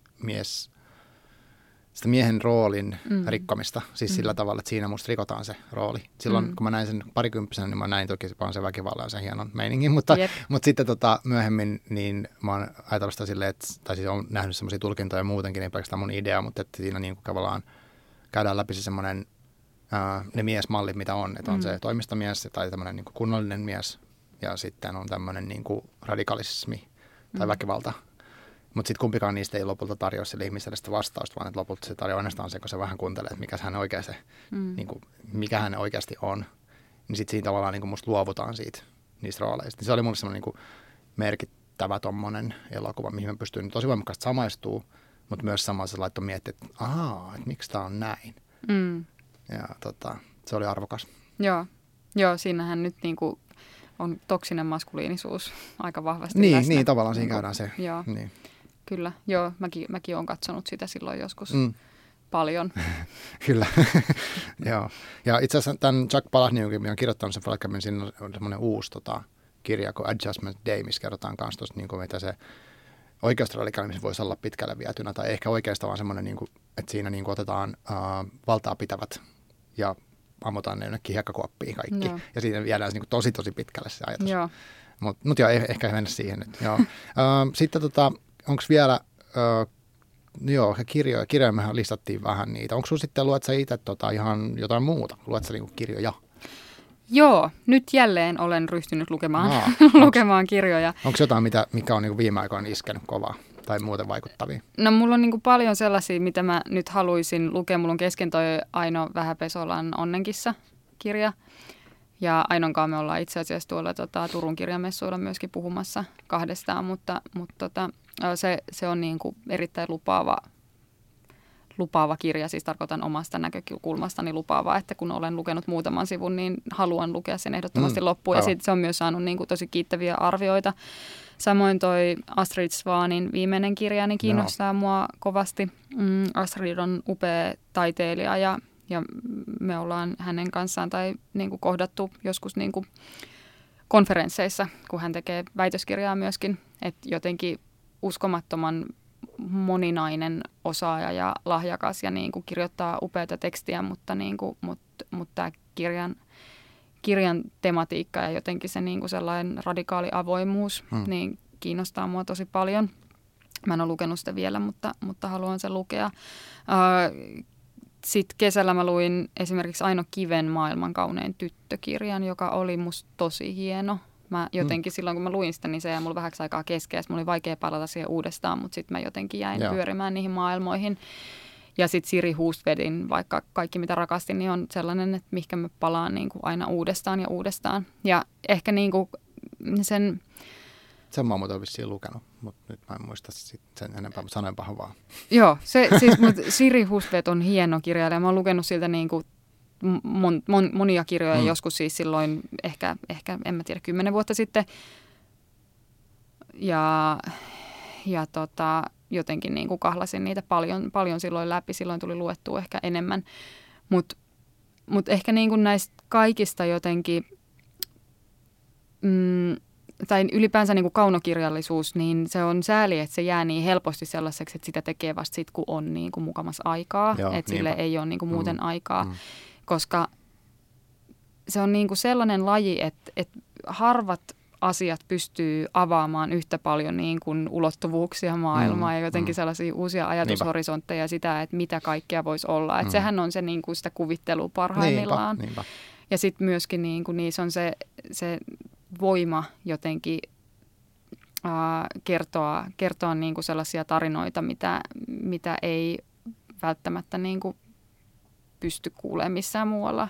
sitä miehen roolin rikkomista, siis sillä tavalla, että siinä musta rikotaan se rooli. Silloin, kun mä näin sen parikymppisenä, niin mä näin toki vaan se väkivallan ja sen hienon meiningin, mutta sitten myöhemmin niin mä oon ajatellut sitä silleen, tai siis oon nähnyt semmoisia tulkintoja muutenkin, ei pelkästään mun idea, mutta että siinä niin kuin tavallaan käydään läpi se semmoinen, ne miesmallit, mitä on, että on se toimistomies tai tämmöinen niin kuin kunnollinen mies, ja sitten on tämmöinen niin kuin radikalismi tai väkivalta. Mutta sitten kumpikaan niistä ei lopulta tarjoa sille ihmiselle sitä vastausta, vaan että lopulta se tarjoaa ainoastaan se, kun se vähän kuuntelee, että mikä hän oikeasti on. Niin sitten siinä tavallaan niin musta luovutaan niistä rooleista. Se oli mulle semmoinen niin merkittävä tommonen elokuva, mihin mä pystyin tosi voimakkaasti samaistuu, mutta myös samalla se laittoi miettiä, että että miksi tämä on näin. Ja se oli arvokas. Joo, siinähän nyt niinku on toksinen maskuliinisuus aika vahvasti läsnä. Niin, tavallaan siinä käydään se. Joo. Niin. Kyllä, joo, mäkin olen katsonut sitä silloin joskus paljon. Kyllä, joo. Ja itse asiassa tämän Jack Palahniukin on kirjoittanut sen Falcamin, siinä on semmoinen uusi kirja kuin Adjustment Day, missä kerrotaan myös tuosta, niin kuin, mitä se oikeusradikalismi voisi olla pitkälle vietynä, tai ehkä oikeastaan vaan semmoinen, niin kuin, että siinä niin kuin otetaan valtaa pitävät ja ammutaan ne jonnekin hiekkakuoppiin kaikki. Joo. Ja siinä viedään niin kuin tosi pitkälle se ajatus. Mutta joo, ehkä mennä siihen nyt. Joo. Sitten onko vielä, kirjoja mehän listattiin vähän niitä. Onko sinulla sitten, luet sä itse ihan jotain muuta? Luet sä niinku kirjoja? Joo, nyt jälleen olen ryhtynyt lukemaan kirjoja. Onko jotain, mikä on niinku viime aikoina iskenyt kovaa tai muuten vaikuttavia? No mulla on niinku paljon sellaisia, mitä mä nyt haluaisin lukea. Mulla on kesken toi Aino Vähäpesolan Onnenkissa -kirja. Ja Ainonkaan me ollaan itse asiassa tuolla Turun kirjamessuilla myöskin puhumassa kahdestaan, mutta se on niin kuin erittäin lupaava kirja, siis tarkoitan omasta näkökulmastani lupaavaa, että kun olen lukenut muutaman sivun, niin haluan lukea sen ehdottomasti loppuun. Ja se on myös saanut niin kuin tosi kiittäviä arvioita. Samoin toi Astrid Svanin viimeinen kirja niin kiinnostaa mua kovasti. Astrid on upea taiteilija ja me ollaan hänen kanssaan tai niin kuin kohdattu joskus niin kuin konferensseissa, kun hän tekee väitöskirjaa myöskin, että jotenkin uskomattoman moninainen osaaja ja lahjakas ja niin kuin kirjoittaa upeata tekstiä, mutta tämä kirjan tematiikka ja jotenkin se niin kuin sellainen radikaali avoimuus niin kiinnostaa mua tosi paljon. Mä en ole lukenut sitä vielä, mutta haluan sen lukea. Sitten kesällä mä luin esimerkiksi Aino Kiven Maailman kaunein tyttökirjan, joka oli musta tosi hieno. Mä jotenkin silloin, kun mä luin sitä, niin se jäi mulla vähäksi aikaa kesken. Mulla oli vaikea palata siihen uudestaan, mutta sitten mä jotenkin jäin pyörimään niihin maailmoihin. Ja sitten Siri Hustvedin, vaikka kaikki mitä rakastin, niin on sellainen, että mihinkä mä palaan niin kuin aina uudestaan ja uudestaan. Ja ehkä niin kuin sen... Sen mä oon muuten vissiin lukenut, mutta nyt mä en muista sen enempää, mutta sanoinpahan vaan. Joo, mutta Siri Hustved on hieno kirjailija. Mä oon lukenut siltä niin kuin monia kirjoja joskus siis silloin ehkä en mä tiedä 10 vuotta sitten. Ja jotenkin niin kuin kahlasin niitä paljon silloin läpi. Silloin tuli luettua ehkä enemmän. Mut ehkä niin kuin näistä kaikista jotenkin... tai ylipäänsä niin kuin kaunokirjallisuus, niin se on sääli, että se jää niin helposti sellaiseksi, että sitä tekee vasta sitten, kun on niin kuin mukamassa aikaa. Että sille ei ole niin kuin muuten aikaa, koska se on niin kuin sellainen laji, että harvat asiat pystyy avaamaan yhtä paljon niin kuin ulottuvuuksia maailmaa ja jotenkin sellaisia uusia ajatushorisontteja sitä, että mitä kaikkea voisi olla. Että sehän on se niin kuin sitä kuvittelua parhaimmillaan. Niinpä. Ja sitten myöskin niin kuin niissä on se voima jotenkin kertoa niin kuin sellaisia tarinoita, mitä ei välttämättä niin kuin pysty kuulemaan missään muualla.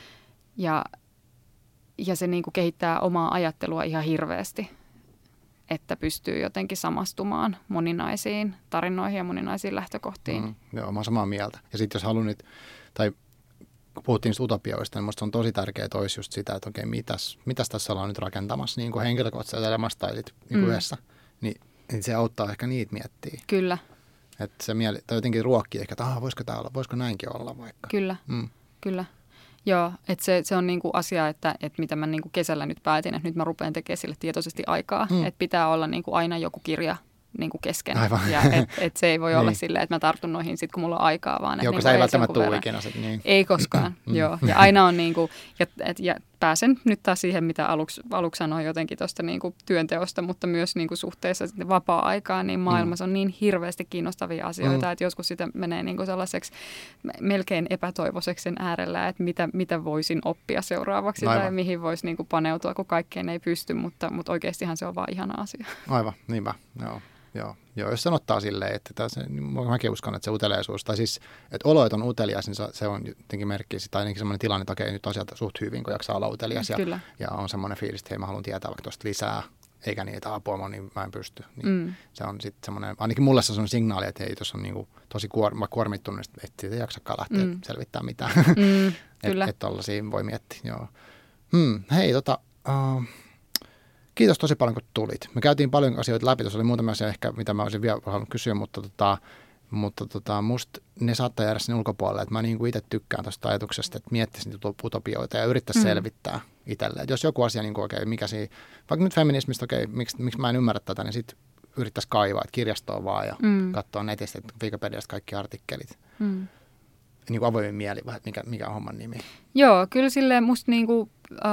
Ja se niin kuin kehittää omaa ajattelua ihan hirveästi, että pystyy jotenkin samastumaan moninaisiin tarinoihin ja moninaisiin lähtökohtiin. Joo, mä oon samaa mieltä. Ja sitten jos haluan nyt, tai kun puhuttiin utopioista, niin musta on tosi tärkeää toisi just sitä, että okei, mitäs tässä ollaan nyt rakentamassa niin kuin henkilökohtaisessa elämässä tai sit, niin kuin yhdessä. Niin se auttaa ehkä niitä miettiä. Kyllä. Että se tai jotenkin ruokkii ehkä, että voisiko näinkin olla vaikka. Kyllä, kyllä. Joo, että se on niinku asia, että mitä mä niinku kesällä nyt päätin, että nyt mä rupean tekemään sille tietoisesti aikaa. Että pitää olla niinku aina joku kirja niinku kesken. Aivan. Ja et se ei voi olla silleen, että mä tartun noihin sit, kun mulla on aikaa. Vaan joo, kun niinku sä ei välttämättä tule ikinä. Niin. Ei koskaan, joo. Ja aina on niinku, ja pääsen nyt taas siihen, mitä aluksi sanoin jotenkin tuosta niinku työnteosta, mutta myös niinku suhteessa vapaa-aikaan, niin maailmassa on niin hirveästi kiinnostavia asioita, että joskus sitä menee niinku sellaiseksi melkein epätoivoiseksi sen äärellä, että mitä voisin oppia seuraavaksi tai mihin voisi niinku paneutua, kun kaikkeen ei pysty, mutta oikeastihan se on vaan ihana asia. Aivan, niinpä, Joo, jos sen ottaa silleen, että mäkin uskon, että se uteliaisuus, tai siis, että olo, että on utelias, niin se on jotenkin merkki, tai ainakin semmoinen tilanne, että okei, nyt asiat suht hyvin, kun jaksaa olla utelias, ja on semmoinen fiilis, että hei, mä haluan tietää vaikka tuosta lisää, eikä niin, että apua, niin mä en pysty. Niin se on sitten semmoinen, ainakin mulle se on signaali, että hei, tuossa on niinku tosi kuormittunut, että et siitä ei jaksakaan lähteä selvittämään mitään. Että tollaisia voi miettiä, joo. Hei, kiitos tosi paljon, kun tulit. Me käytiin paljon asioita läpi. Tuossa oli muutamia asioita ehkä, mitä mä olisin vielä halunnut kysyä, mutta musta ne saattaa jäädä sinne ulkopuolelle. Että mä niin kuin itse tykkään tuosta ajatuksesta, että miettisin utopioita ja yrittäisi selvittää itselleen. Jos joku asia, niin kuin, okei, mikä siinä, vaikka nyt feminismistä, okei, miksi mä en ymmärrä tätä, niin sitten yrittäisi kaivaa, että kirjastoa vaan ja katsoa netistä, Wikipediasta kaikki artikkelit. Niin kuin avoimin mieli, mikä on homman nimi. Joo, kyllä silleen musta niinku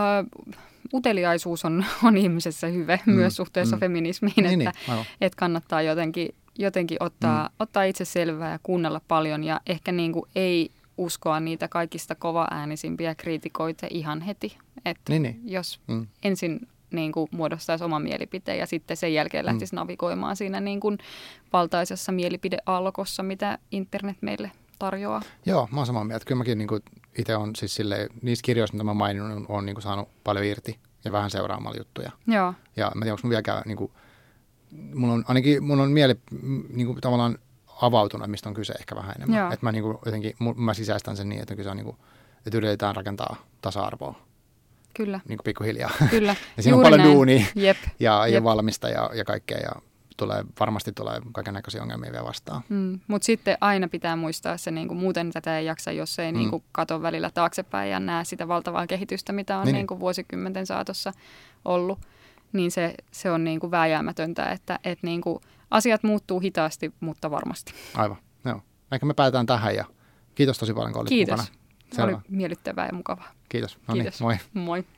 uteliaisuus on ihmisessä hyvä myös suhteessa feminismiin, että kannattaa jotenkin ottaa itse selvää ja kuunnella paljon ja ehkä niinku ei uskoa niitä kaikista kovaäänisimpiä kriitikoita ihan heti. Että jos ensin niinku muodostaisi oman mielipiteen ja sitten sen jälkeen lähtisi navigoimaan siinä niinku valtaisessa mielipideaallokossa, mitä internet meille tarjoaa. Joo, mä oon samaa mieltä. Kyllä mäkin niin itse on siis silleen, niissä kirjoissa, mitä mä maininnut, on niin saanut paljon irti ja vähän seuraamalla juttuja. Joo. Ja mä tiedän, onko mun vieläkään, niin kuin, mulla on mieli niin kuin, tavallaan avautunut, mistä on kyse ehkä vähän enemmän. Että mä niin kuin, jotenkin, mä sisäistän sen niin, että kyse on niin kuin, että yritetään rakentaa tasa-arvoa. Kyllä. Niin kuin pikkuhiljaa. Kyllä. Ja siinä on paljon duunia ja valmista ja kaikkea ja varmasti tulee kaikennäköisiä ongelmia vielä vastaan. Mutta sitten aina pitää muistaa se, niinku, muuten tätä ei jaksa, jos ei niinku, kato välillä taaksepäin ja näe sitä valtavaa kehitystä, mitä on niinku, vuosikymmenten saatossa ollut. Niin se on niinku, vääjäämätöntä, että niinku, asiat muuttuu hitaasti, mutta varmasti. Aivan, joo. Ehkä me päätetään tähän ja kiitos tosi paljon, kun olit mukana. Kiitos. Oli miellyttävää ja mukavaa. Kiitos. No niin, moi. Moi.